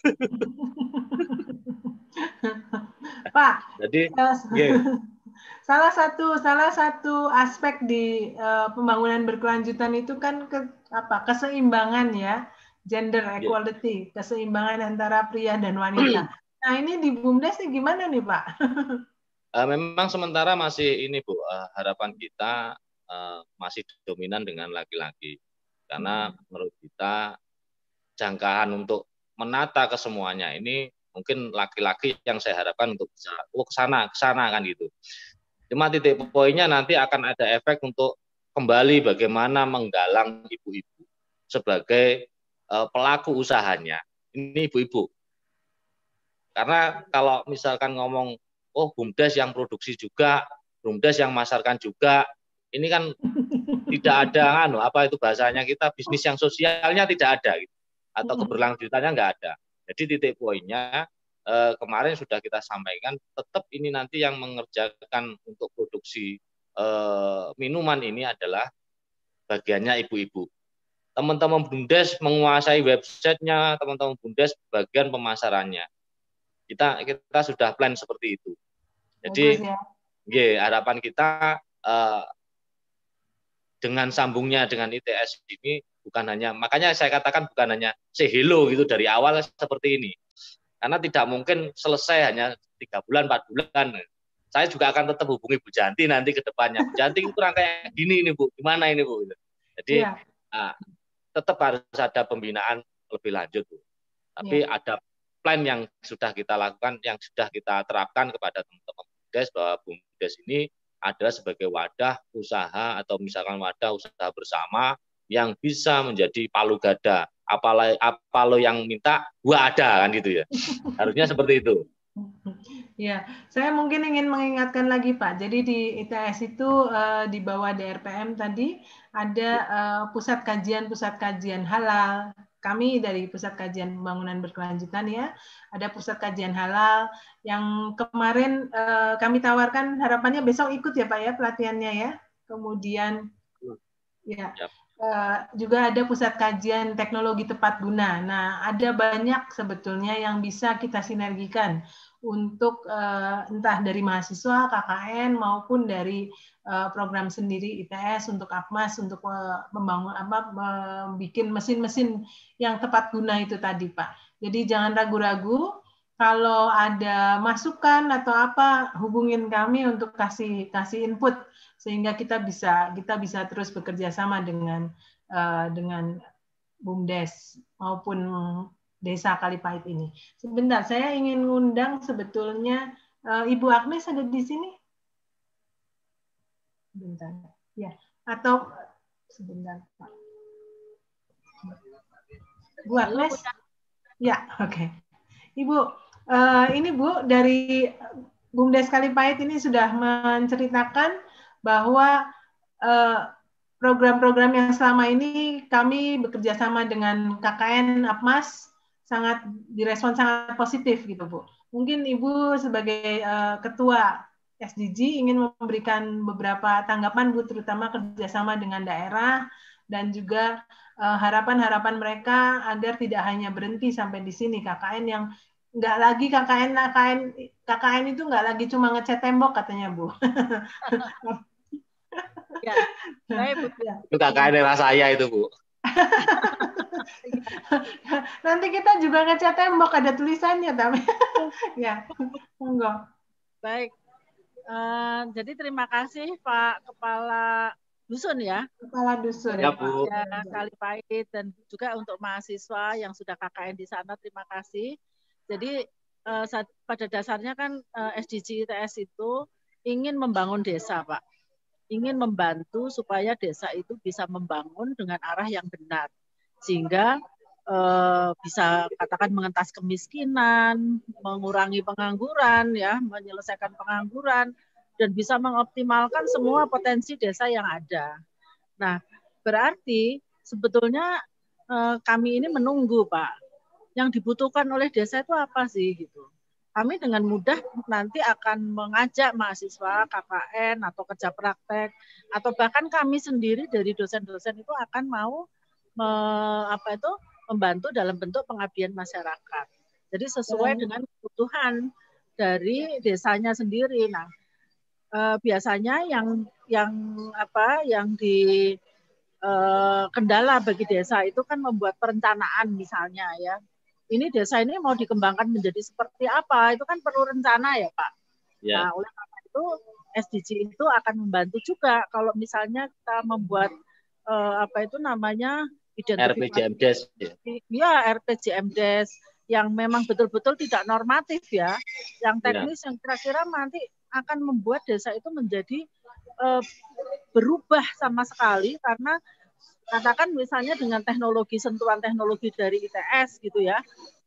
Pak, jadi yeah. salah satu salah satu aspek di uh, pembangunan berkelanjutan itu kan ke, apa keseimbangan ya, gender equality, yeah. keseimbangan antara pria dan wanita. Nah ini di BUMDes nih gimana nih Pak? uh, memang sementara masih ini Bu, uh, harapan kita Uh, masih dominan dengan laki-laki karena hmm. menurut kita jangkaan untuk menata ke semuanya ini mungkin laki-laki yang saya harapkan untuk bisa oh ke sana ke sana kan gitu. Cuma titik poinnya nanti akan ada efek untuk kembali bagaimana menggalang ibu-ibu sebagai uh, pelaku usahanya. Ini ibu-ibu. Karena kalau misalkan ngomong oh BUMDes yang produksi juga, BUMDes yang masarkan juga, ini kan tidak ada kan apa itu bahasanya kita bisnis yang sosialnya tidak ada gitu. Atau keberlanjutannya nggak ada. Jadi titik poinnya eh, kemarin sudah kita sampaikan tetap ini nanti yang mengerjakan untuk produksi eh, minuman ini adalah bagiannya ibu-ibu. Teman-teman BUMDes menguasai websitenya, teman-teman BUMDes bagian pemasarannya. Kita kita sudah plan seperti itu. Jadi ya. Ye, harapan kita eh, dengan sambungnya dengan I T S ini bukan hanya, makanya saya katakan bukan hanya say hello gitu dari awal seperti ini. Karena tidak mungkin selesai hanya tiga bulan, empat bulan. Saya juga akan tetap hubungi Bu Janti nanti ke depannya. Bu Janti itu kurang kayak gini ini Bu, gimana ini Bu. Jadi ya. uh, tetap harus ada pembinaan lebih lanjut Bu. Tapi ya. Ada plan yang sudah kita lakukan, yang sudah kita terapkan kepada teman-teman BUMDes bahwa BUMDes ini adalah sebagai wadah usaha atau misalkan wadah usaha bersama yang bisa menjadi palu gada. Apa, apa lo yang minta, gua ada kan gitu ya. Harusnya seperti itu. Ya, saya mungkin ingin mengingatkan lagi Pak. Jadi di I T S itu uh, di bawah D R P M tadi ada uh, pusat kajian pusat kajian halal. Kami dari Pusat Kajian Pembangunan Berkelanjutan ya, ada Pusat Kajian Halal yang kemarin eh, kami tawarkan, harapannya besok ikut ya Pak ya pelatihannya ya. Kemudian ya eh, juga ada Pusat Kajian Teknologi Tepat Guna. Nah, ada banyak sebetulnya yang bisa kita sinergikan untuk eh, entah dari mahasiswa, K K N maupun dari eh, program sendiri I T S untuk Apmas untuk eh, membangun apa membuat mesin-mesin yang tepat guna itu tadi Pak. Jadi jangan ragu-ragu kalau ada masukan atau apa hubungin kami untuk kasih kasih input sehingga kita bisa kita bisa terus bekerja sama dengan uh, dengan BUMDes maupun Desa Kalipahit ini. Sebentar, saya ingin ngundang sebetulnya uh, Ibu Agnes ada di sini. Sebentar, ya. Atau sebentar, Pak. Bu Agnes, ya, oke. Okay. Ibu, uh, ini Bu dari BUMDes Kalipahit ini sudah menceritakan bahwa uh, program-program yang selama ini kami bekerja sama dengan K K N Apmas sangat direspon sangat positif gitu Bu. Mungkin Ibu sebagai uh, ketua S D G ingin memberikan beberapa tanggapan Bu, terutama kerjasama dengan daerah dan juga harapan-harapan uh, mereka agar tidak hanya berhenti sampai di sini K K N yang nggak lagi K K N K K N K K N itu nggak lagi cuma ngecat tembok katanya Bu. Ya, baik Bu. Itu K K N era saya itu Bu. Nanti kita juga ngecat tembok ada tulisannya tapi ya monggo. Baik. Uh, jadi terima kasih Pak Kepala Dusun ya. Kepala Dusun. Ya Bu. Ya, Kalipait dan juga untuk mahasiswa yang sudah K K N di sana terima kasih. Jadi uh, pada dasarnya kan uh, S D G I T S itu ingin membangun desa Pak. Ingin membantu supaya desa itu bisa membangun dengan arah yang benar. Sehingga eh, bisa katakan mengentas kemiskinan, mengurangi pengangguran, ya, menyelesaikan pengangguran, dan bisa mengoptimalkan semua potensi desa yang ada. Nah, berarti sebetulnya eh, kami ini menunggu, Pak. Yang dibutuhkan oleh desa itu apa sih, gitu. Kami dengan mudah nanti akan mengajak mahasiswa K K N atau kerja praktek atau bahkan kami sendiri dari dosen-dosen itu akan mau me, apa itu membantu dalam bentuk pengabdian masyarakat. Jadi sesuai dengan kebutuhan dari desanya sendiri. Nah, eh, biasanya yang yang apa yang di eh, kendala bagi desa itu kan membuat perencanaan misalnya ya. Ini desa ini mau dikembangkan menjadi seperti apa, itu kan perlu rencana ya Pak. Ya. Nah oleh karena itu S D G itu akan membantu juga kalau misalnya kita membuat eh, apa itu namanya R P J M D E S. Ya R P J M D E S yang memang betul-betul tidak normatif ya, yang teknis ya. Yang kira-kira nanti akan membuat desa itu menjadi eh, berubah sama sekali karena katakan misalnya dengan teknologi, sentuhan teknologi dari I T S gitu ya.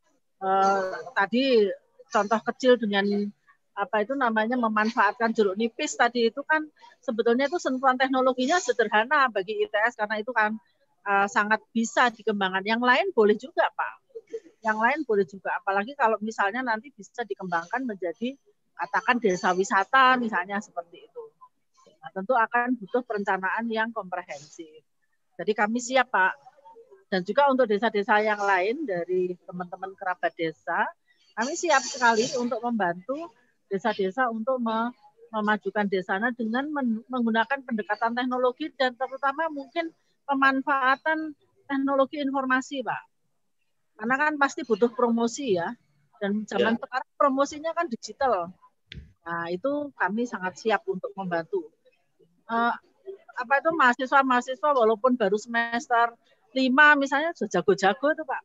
Eh, tadi contoh kecil dengan apa itu namanya memanfaatkan jeruk nipis tadi itu kan sebetulnya itu sentuhan teknologinya sederhana bagi I T S karena itu kan eh, sangat bisa dikembangkan. Yang lain boleh juga Pak. Yang lain boleh juga. Apalagi kalau misalnya nanti bisa dikembangkan menjadi katakan desa wisata misalnya seperti itu. Nah, tentu akan butuh perencanaan yang komprehensif. Jadi kami siap Pak. Dan juga untuk desa-desa yang lain dari teman-teman kerabat desa, kami siap sekali untuk membantu desa-desa untuk memajukan desanya dengan menggunakan pendekatan teknologi dan terutama mungkin pemanfaatan teknologi informasi Pak. Karena kan pasti butuh promosi ya. Dan zaman ya. Sekarang promosinya kan digital. Nah itu kami sangat siap untuk membantu. Uh, apa itu mahasiswa-mahasiswa walaupun baru semester lima misalnya sudah jago-jago itu Pak.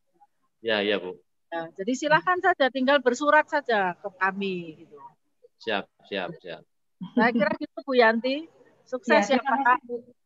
Ya, ya Bu. Ya, jadi silahkan saja tinggal bersurat saja ke kami gitu. Siap, siap, siap. Saya kira gitu Bu Yanti. Sukses ya, ya Pak.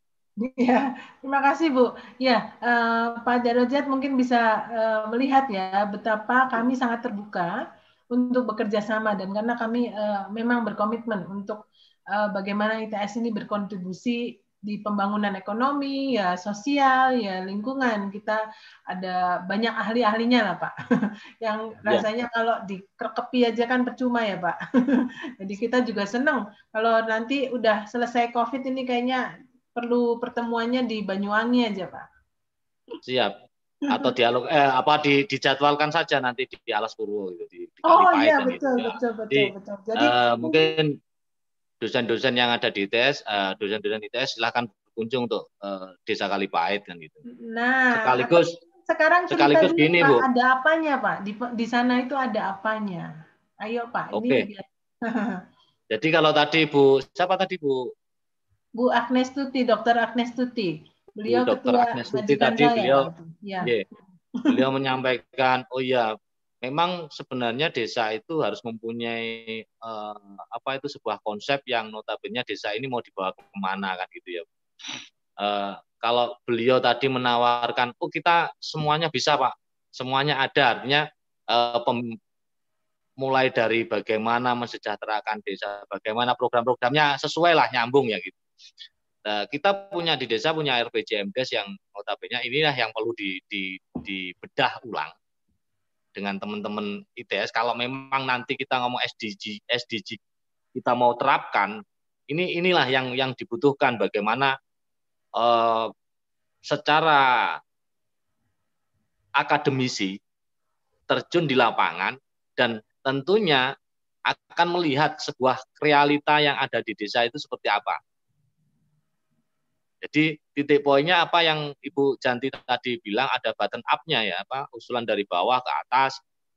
Ya, terima kasih Bu. Ya, uh, Pak Darajat mungkin bisa uh, melihat ya betapa kami sangat terbuka untuk bekerja sama dan karena kami uh, memang berkomitmen untuk uh, bagaimana I T S ini berkontribusi di pembangunan ekonomi, ya sosial, ya lingkungan. Kita ada banyak ahli-ahlinya lah Pak. Yang rasanya ya. Kalau dikerekepi aja kan percuma ya Pak. Jadi kita juga senang kalau nanti udah selesai COVID ini kayaknya perlu pertemuannya di Banyuwangi aja Pak. Siap. Atau dialog eh apa di, dijadwalkan saja nanti di, di Alas Purwo gitu di, di Oh iya betul, gitu. betul betul Jadi, betul. Jadi uh, mungkin dosen-dosen yang ada di I T S, uh, dosen-dosen I T S silakan berkunjung untuk uh, Desa Kalipait kan gitu. Nah, sekaligus sekarang sekaligus dulu, gini Pak, Bu. Ada apanya Pak? Di di sana itu ada apanya? Ayo Pak. Oke. Okay. Ini Jadi kalau tadi Bu, siapa tadi Bu? Bu Agnes Tuti, Dokter Agnes Tuti. Beliau Bu Dokter ketua Agnes Tuti tadi saya, beliau, ya. yeah, beliau menyampaikan, oh ya, memang sebenarnya desa itu harus mempunyai eh, apa itu sebuah konsep yang notabene desa ini mau dibawa kemana kan gitu ya. Eh, kalau beliau tadi menawarkan, oh kita semuanya bisa Pak, semuanya ada, artinya eh, pem, mulai dari bagaimana mensejahterakan desa, bagaimana program-programnya sesuai lah nyambung ya gitu. Nah, kita punya di desa punya R P J M D E S yang notabene inilah yang perlu di, di, dibedah ulang dengan teman-teman I T S. Kalau memang nanti kita ngomong S D G, S D G kita mau terapkan, ini inilah yang yang dibutuhkan bagaimana eh, secara akademisi terjun di lapangan dan tentunya akan melihat sebuah realita yang ada di desa itu seperti apa. Jadi titik poinnya apa yang Ibu Janti tadi bilang ada button up-nya ya, apa usulan dari bawah ke atas.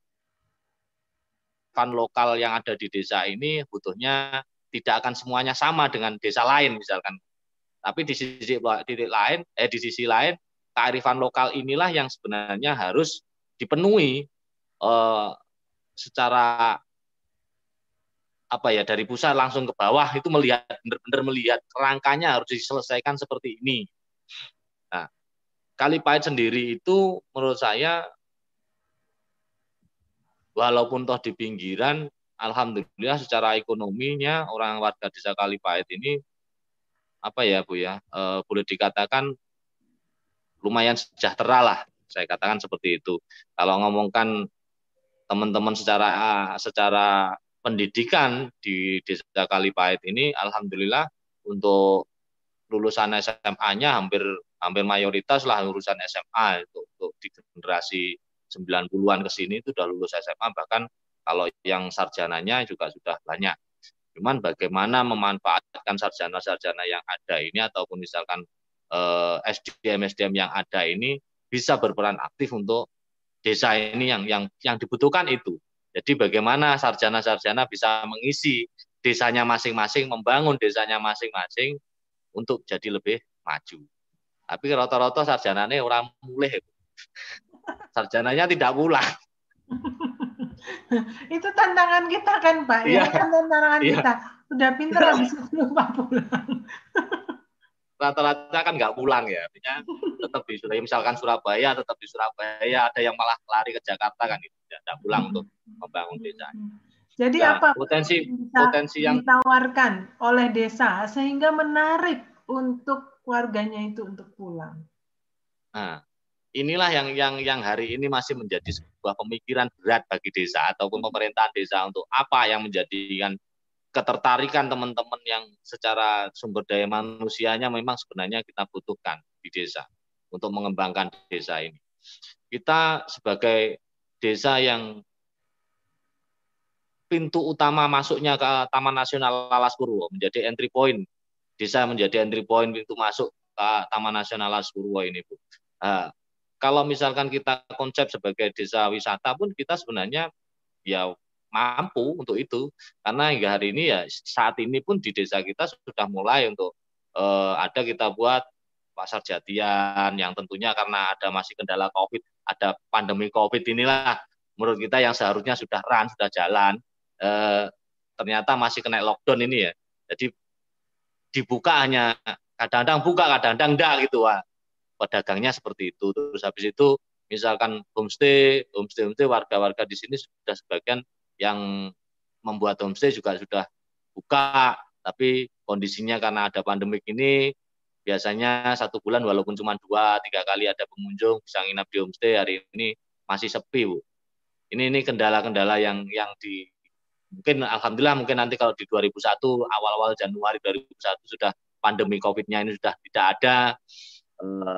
Fund lokal yang ada di desa ini butuhnya tidak akan semuanya sama dengan desa lain misalkan. Tapi di sisi titik lain, eh di sisi lain kearifan lokal inilah yang sebenarnya harus dipenuhi eh, secara apa ya dari pusat langsung ke bawah itu melihat benar-benar melihat kerangkanya harus diselesaikan seperti ini. Nah, Kali Pahit sendiri itu menurut saya walaupun toh di pinggiran, alhamdulillah secara ekonominya orang warga desa Kali Pahit ini apa ya Bu ya, e, boleh dikatakan lumayan sejahtera lah, saya katakan seperti itu. Kalau ngomongkan teman-teman secara secara pendidikan di desa Kali Pahit ini, alhamdulillah untuk lulusan S M A-nya hampir hampir mayoritas lah lulusan S M A itu untuk di generasi sembilan puluhan ke sini itu sudah lulus S M A, bahkan kalau yang sarjananya juga sudah banyak. Cuman bagaimana memanfaatkan sarjana-sarjana yang ada ini ataupun misalkan eh, S D M S D M yang ada ini bisa berperan aktif untuk desa ini yang yang yang dibutuhkan itu. Jadi bagaimana sarjana-sarjana bisa mengisi desanya masing-masing, membangun desanya masing-masing untuk jadi lebih maju. Tapi rata-rata sarjananya orang mulih. Sarjananya tidak pulang. Itu tantangan kita kan Pak, ya, Iya. kan tantangan Iya. kita. Udah pinter habis itu lupa pulang. Rata-rata kan nggak pulang ya, artinya tetap di Surabaya. Misalkan Surabaya, tetap di Surabaya. Ada yang malah lari ke Jakarta kan, itu tidak pulang untuk membangun desa. Jadi nah, apa potensi bisa potensi yang ditawarkan oleh desa sehingga menarik untuk warganya itu untuk pulang? Nah, inilah yang yang yang hari ini masih menjadi sebuah pemikiran berat bagi desa ataupun pemerintahan desa untuk apa yang menjadikan ketertarikan teman-teman yang secara sumber daya manusianya memang sebenarnya kita butuhkan di desa untuk mengembangkan desa ini. Kita sebagai desa yang pintu utama masuknya ke Taman Nasional Alas Purwo menjadi entry point, desa menjadi entry point pintu masuk ke Taman Nasional Alas Purwo ini, Bu. Nah, kalau misalkan kita konsep sebagai desa wisata pun kita sebenarnya ya mampu untuk itu, karena hingga hari ini ya saat ini pun di desa kita sudah mulai untuk eh, ada kita buat pasar jatian yang tentunya karena ada masih kendala COVID, ada pandemi COVID inilah menurut kita yang seharusnya sudah run, sudah jalan, eh, ternyata masih kena lockdown ini ya. Jadi dibuka hanya kadang-kadang buka, kadang-kadang enggak gitu, Wak. Pedagangnya seperti itu. Terus habis itu misalkan homestay, homestay, homestay warga-warga di sini sudah sebagian yang membuat homestay juga sudah buka, tapi kondisinya karena ada pandemik ini biasanya satu bulan walaupun cuma dua tiga kali ada pengunjung bisa nginap di homestay, hari ini masih sepi, Bu. Ini ini kendala-kendala yang yang di mungkin alhamdulillah mungkin nanti kalau di dua ribu satu awal-awal Januari dua ribu satu sudah pandemi COVID-nya ini sudah tidak ada, eh,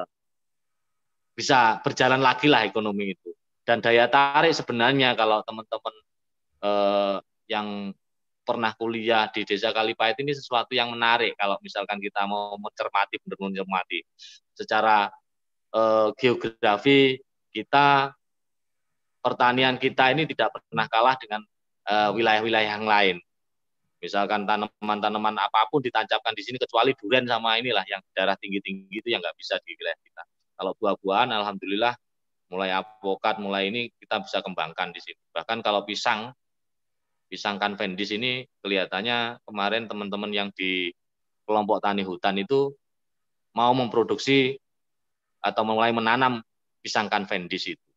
bisa berjalan lagi lah ekonomi itu. Dan daya tarik sebenarnya kalau teman-teman eh, yang pernah kuliah di Desa Kali Pahit ini sesuatu yang menarik kalau misalkan kita mau mencermati, benar-benar mencermati secara eh, geografi kita, pertanian kita ini tidak pernah kalah dengan eh, wilayah-wilayah yang lain. Misalkan tanaman-tanaman apapun ditancapkan di sini kecuali durian sama inilah yang daerah tinggi-tinggi itu yang nggak bisa di wilayah kita. Kalau buah-buahan, alhamdulillah mulai avokat, mulai ini kita bisa kembangkan di sini. Bahkan kalau pisang, pisang Canvendis ini kelihatannya kemarin teman-teman yang di kelompok tani hutan itu mau memproduksi atau mulai menanam pisang Canvendis itu.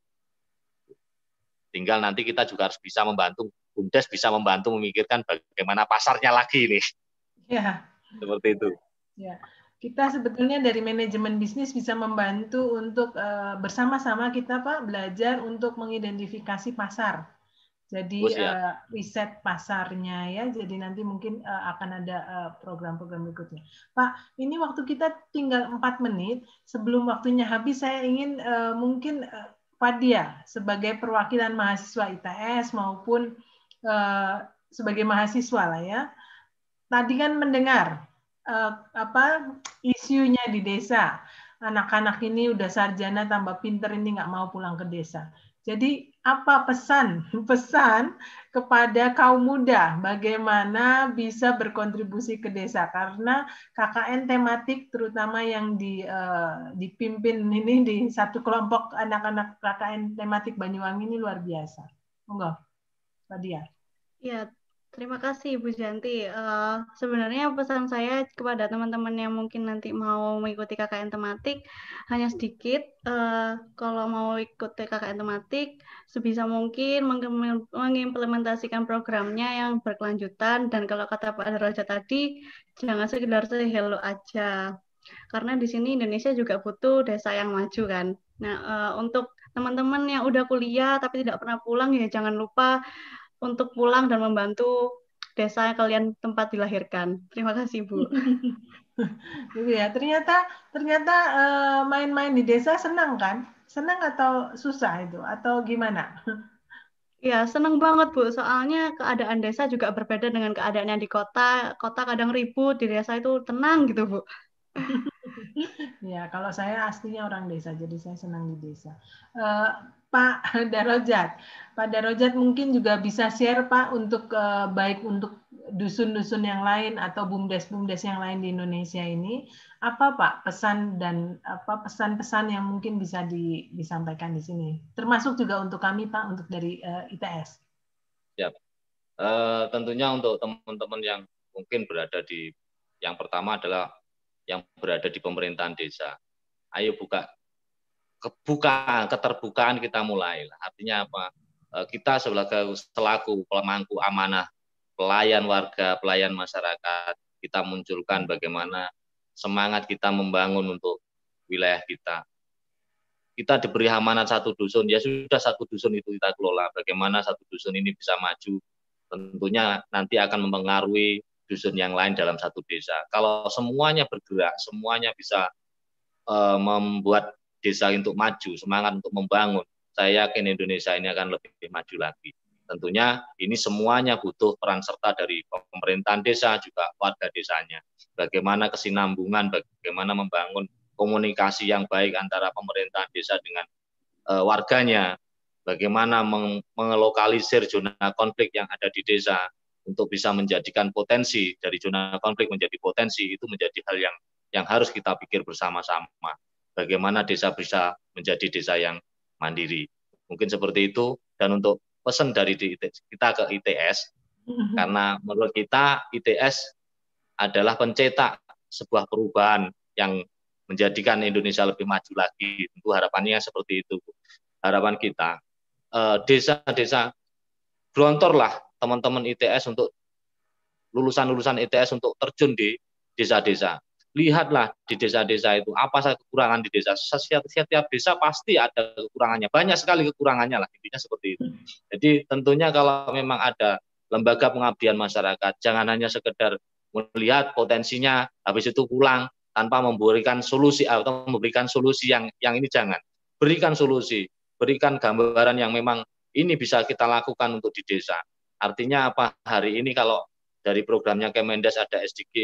Tinggal nanti kita juga harus bisa membantu, BUMDes bisa membantu memikirkan bagaimana pasarnya lagi nih. Ya. Seperti itu. Ya. kita sebetulnya dari manajemen bisnis bisa membantu untuk uh, bersama-sama kita Pak belajar untuk mengidentifikasi pasar. Jadi uh, riset pasarnya ya. Jadi nanti mungkin uh, akan ada uh, program-program berikutnya. Pak, ini waktu kita tinggal empat menit. Sebelum waktunya habis, saya ingin uh, mungkin uh, Pak Dia sebagai perwakilan mahasiswa I T S maupun uh, sebagai mahasiswa lah ya. Tadi kan mendengar uh, apa isunya di desa. Anak-anak ini udah sarjana tambah pinter ini nggak mau pulang ke desa. Jadi apa pesan pesan kepada kaum muda bagaimana bisa berkontribusi ke desa, karena K K N tematik terutama yang di, uh, dipimpin ini di satu kelompok anak-anak K K N tematik Banyuwangi ini luar biasa. Monggo, Pak Dia. Ya, terima kasih Ibu Janti. Uh, sebenarnya pesan saya kepada teman-teman yang mungkin nanti mau mengikuti K K N tematik hanya sedikit. Uh, kalau mau ikut K K N tematik, sebisa mungkin mengimplementasikan programnya yang berkelanjutan, dan kalau kata Pak Daroja tadi, jangan sekedar say hello aja. Karena di sini Indonesia juga butuh desa yang maju kan. Nah, uh, untuk teman-teman yang udah kuliah tapi tidak pernah pulang, ya jangan lupa untuk pulang dan membantu desa yang kalian tempat dilahirkan. Terima kasih, Bu. Gitu ya. Ternyata ternyata uh, main-main di desa senang kan? Senang atau susah itu atau gimana? Ya, senang banget, Bu. Soalnya keadaan desa juga berbeda dengan keadaan yang di kota. Kota kadang ribut, di desa itu tenang gitu, Bu. Ya, kalau saya aslinya orang desa, jadi saya senang di desa. Uh, Pak Darojat, Pak Darojat mungkin juga bisa share Pak untuk uh, baik untuk dusun-dusun yang lain atau bumdes-bumdes yang lain di Indonesia ini, apa Pak pesan dan apa pesan-pesan yang mungkin bisa di, disampaikan di sini, termasuk juga untuk kami Pak, untuk dari uh, I T S. Ya, uh, tentunya untuk teman-teman yang mungkin berada di, yang pertama adalah yang berada di pemerintahan desa. Ayo buka kebuka keterbukaan kita mulai. Artinya apa? Kita sebagai selaku pemangku amanah, pelayan warga, pelayan masyarakat, kita munculkan bagaimana semangat kita membangun untuk wilayah kita. Kita diberi amanat satu dusun, ya sudah satu dusun itu kita kelola. Bagaimana satu dusun ini bisa maju, tentunya nanti akan mempengaruhi dusun yang lain dalam satu desa. Kalau semuanya bergerak, semuanya bisa uh, membuat desa untuk maju, semangat untuk membangun, saya yakin Indonesia ini akan lebih maju lagi. Tentunya ini semuanya butuh peran serta dari pemerintahan desa, juga warga desanya. Bagaimana kesinambungan, bagaimana membangun komunikasi yang baik antara pemerintahan desa dengan uh, warganya, bagaimana meng mengelokalisir zona konflik yang ada di desa untuk bisa menjadikan potensi dari zona konflik menjadi potensi, itu menjadi hal yang yang harus kita pikir bersama-sama. Bagaimana desa bisa menjadi desa yang mandiri. Mungkin seperti itu. Dan untuk pesan dari kita ke I T S, karena menurut kita I T S adalah pencetak sebuah perubahan yang menjadikan Indonesia lebih maju lagi. Tentu harapannya seperti itu. Harapan kita, desa-desa, gelontorlah teman-teman I T S untuk lulusan-lulusan I T S untuk terjun di desa-desa. Lihatlah di desa-desa itu apa saja kekurangan di desa. Setiap, setiap desa pasti ada kekurangannya, banyak sekali kekurangannya lah, intinya seperti itu. Jadi tentunya kalau memang ada lembaga pengabdian masyarakat, jangan hanya sekedar melihat potensinya habis itu pulang tanpa memberikan solusi atau memberikan solusi yang yang ini. Jangan berikan solusi, berikan gambaran yang memang ini bisa kita lakukan untuk di desa. Artinya apa, hari ini kalau dari programnya Kemendes ada S D G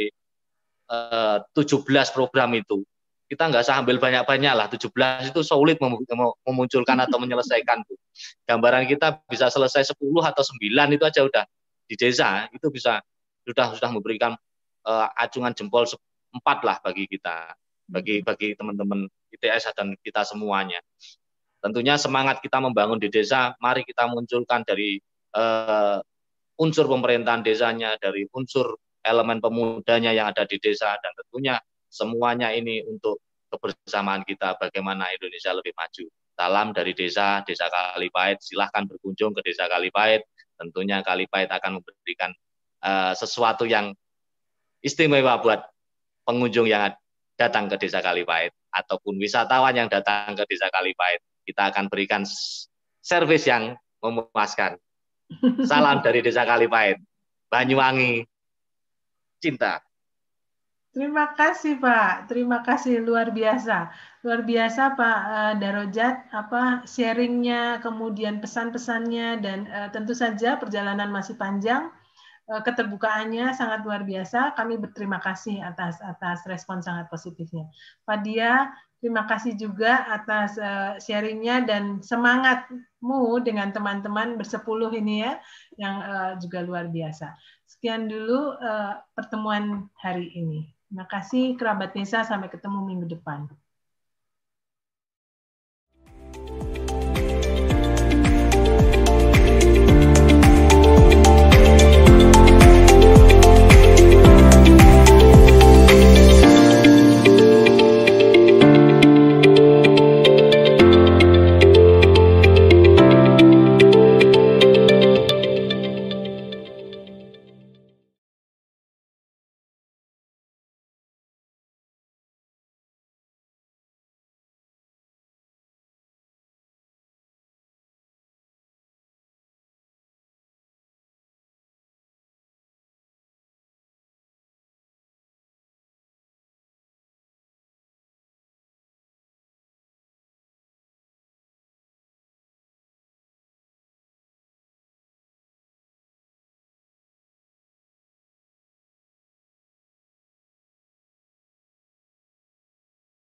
Uh, tujuh belas program itu, kita nggak usah ambil banyak-banyak lah, tujuh belas itu sulit memunculkan atau menyelesaikan. Gambaran kita bisa selesai sepuluh atau sembilan itu aja udah di desa, itu bisa sudah sudah memberikan uh, acungan jempol empat lah bagi kita, bagi bagi teman-teman I T S dan kita semuanya. Tentunya semangat kita membangun di desa, mari kita munculkan dari uh, unsur pemerintahan desanya, dari unsur elemen pemudanya yang ada di desa, dan tentunya semuanya ini untuk kebersamaan kita bagaimana Indonesia lebih maju. Salam dari desa, Desa Kalipait. Silahkan berkunjung ke Desa Kalipait. Tentunya Kalipait akan memberikan uh, sesuatu yang istimewa buat pengunjung yang datang ke Desa Kalipahit ataupun wisatawan yang datang ke Desa Kalipahit, kita akan berikan servis yang memuaskan. Salam dari Desa Kalipahit, Banyuwangi, cinta. Terima kasih Pak, terima kasih luar biasa, luar biasa Pak Darojat, apa sharingnya, kemudian pesan-pesannya, dan uh, tentu saja perjalanan masih panjang, uh, keterbukaannya sangat luar biasa. Kami berterima kasih atas atas respon sangat positifnya. Pak Dia, terima kasih juga atas uh, sharingnya dan semangatmu dengan teman-teman bersepuluh ini ya, yang uh, juga luar biasa. Sekian dulu uh, pertemuan hari ini. Terima kasih kerabat desa, sampai ketemu minggu depan.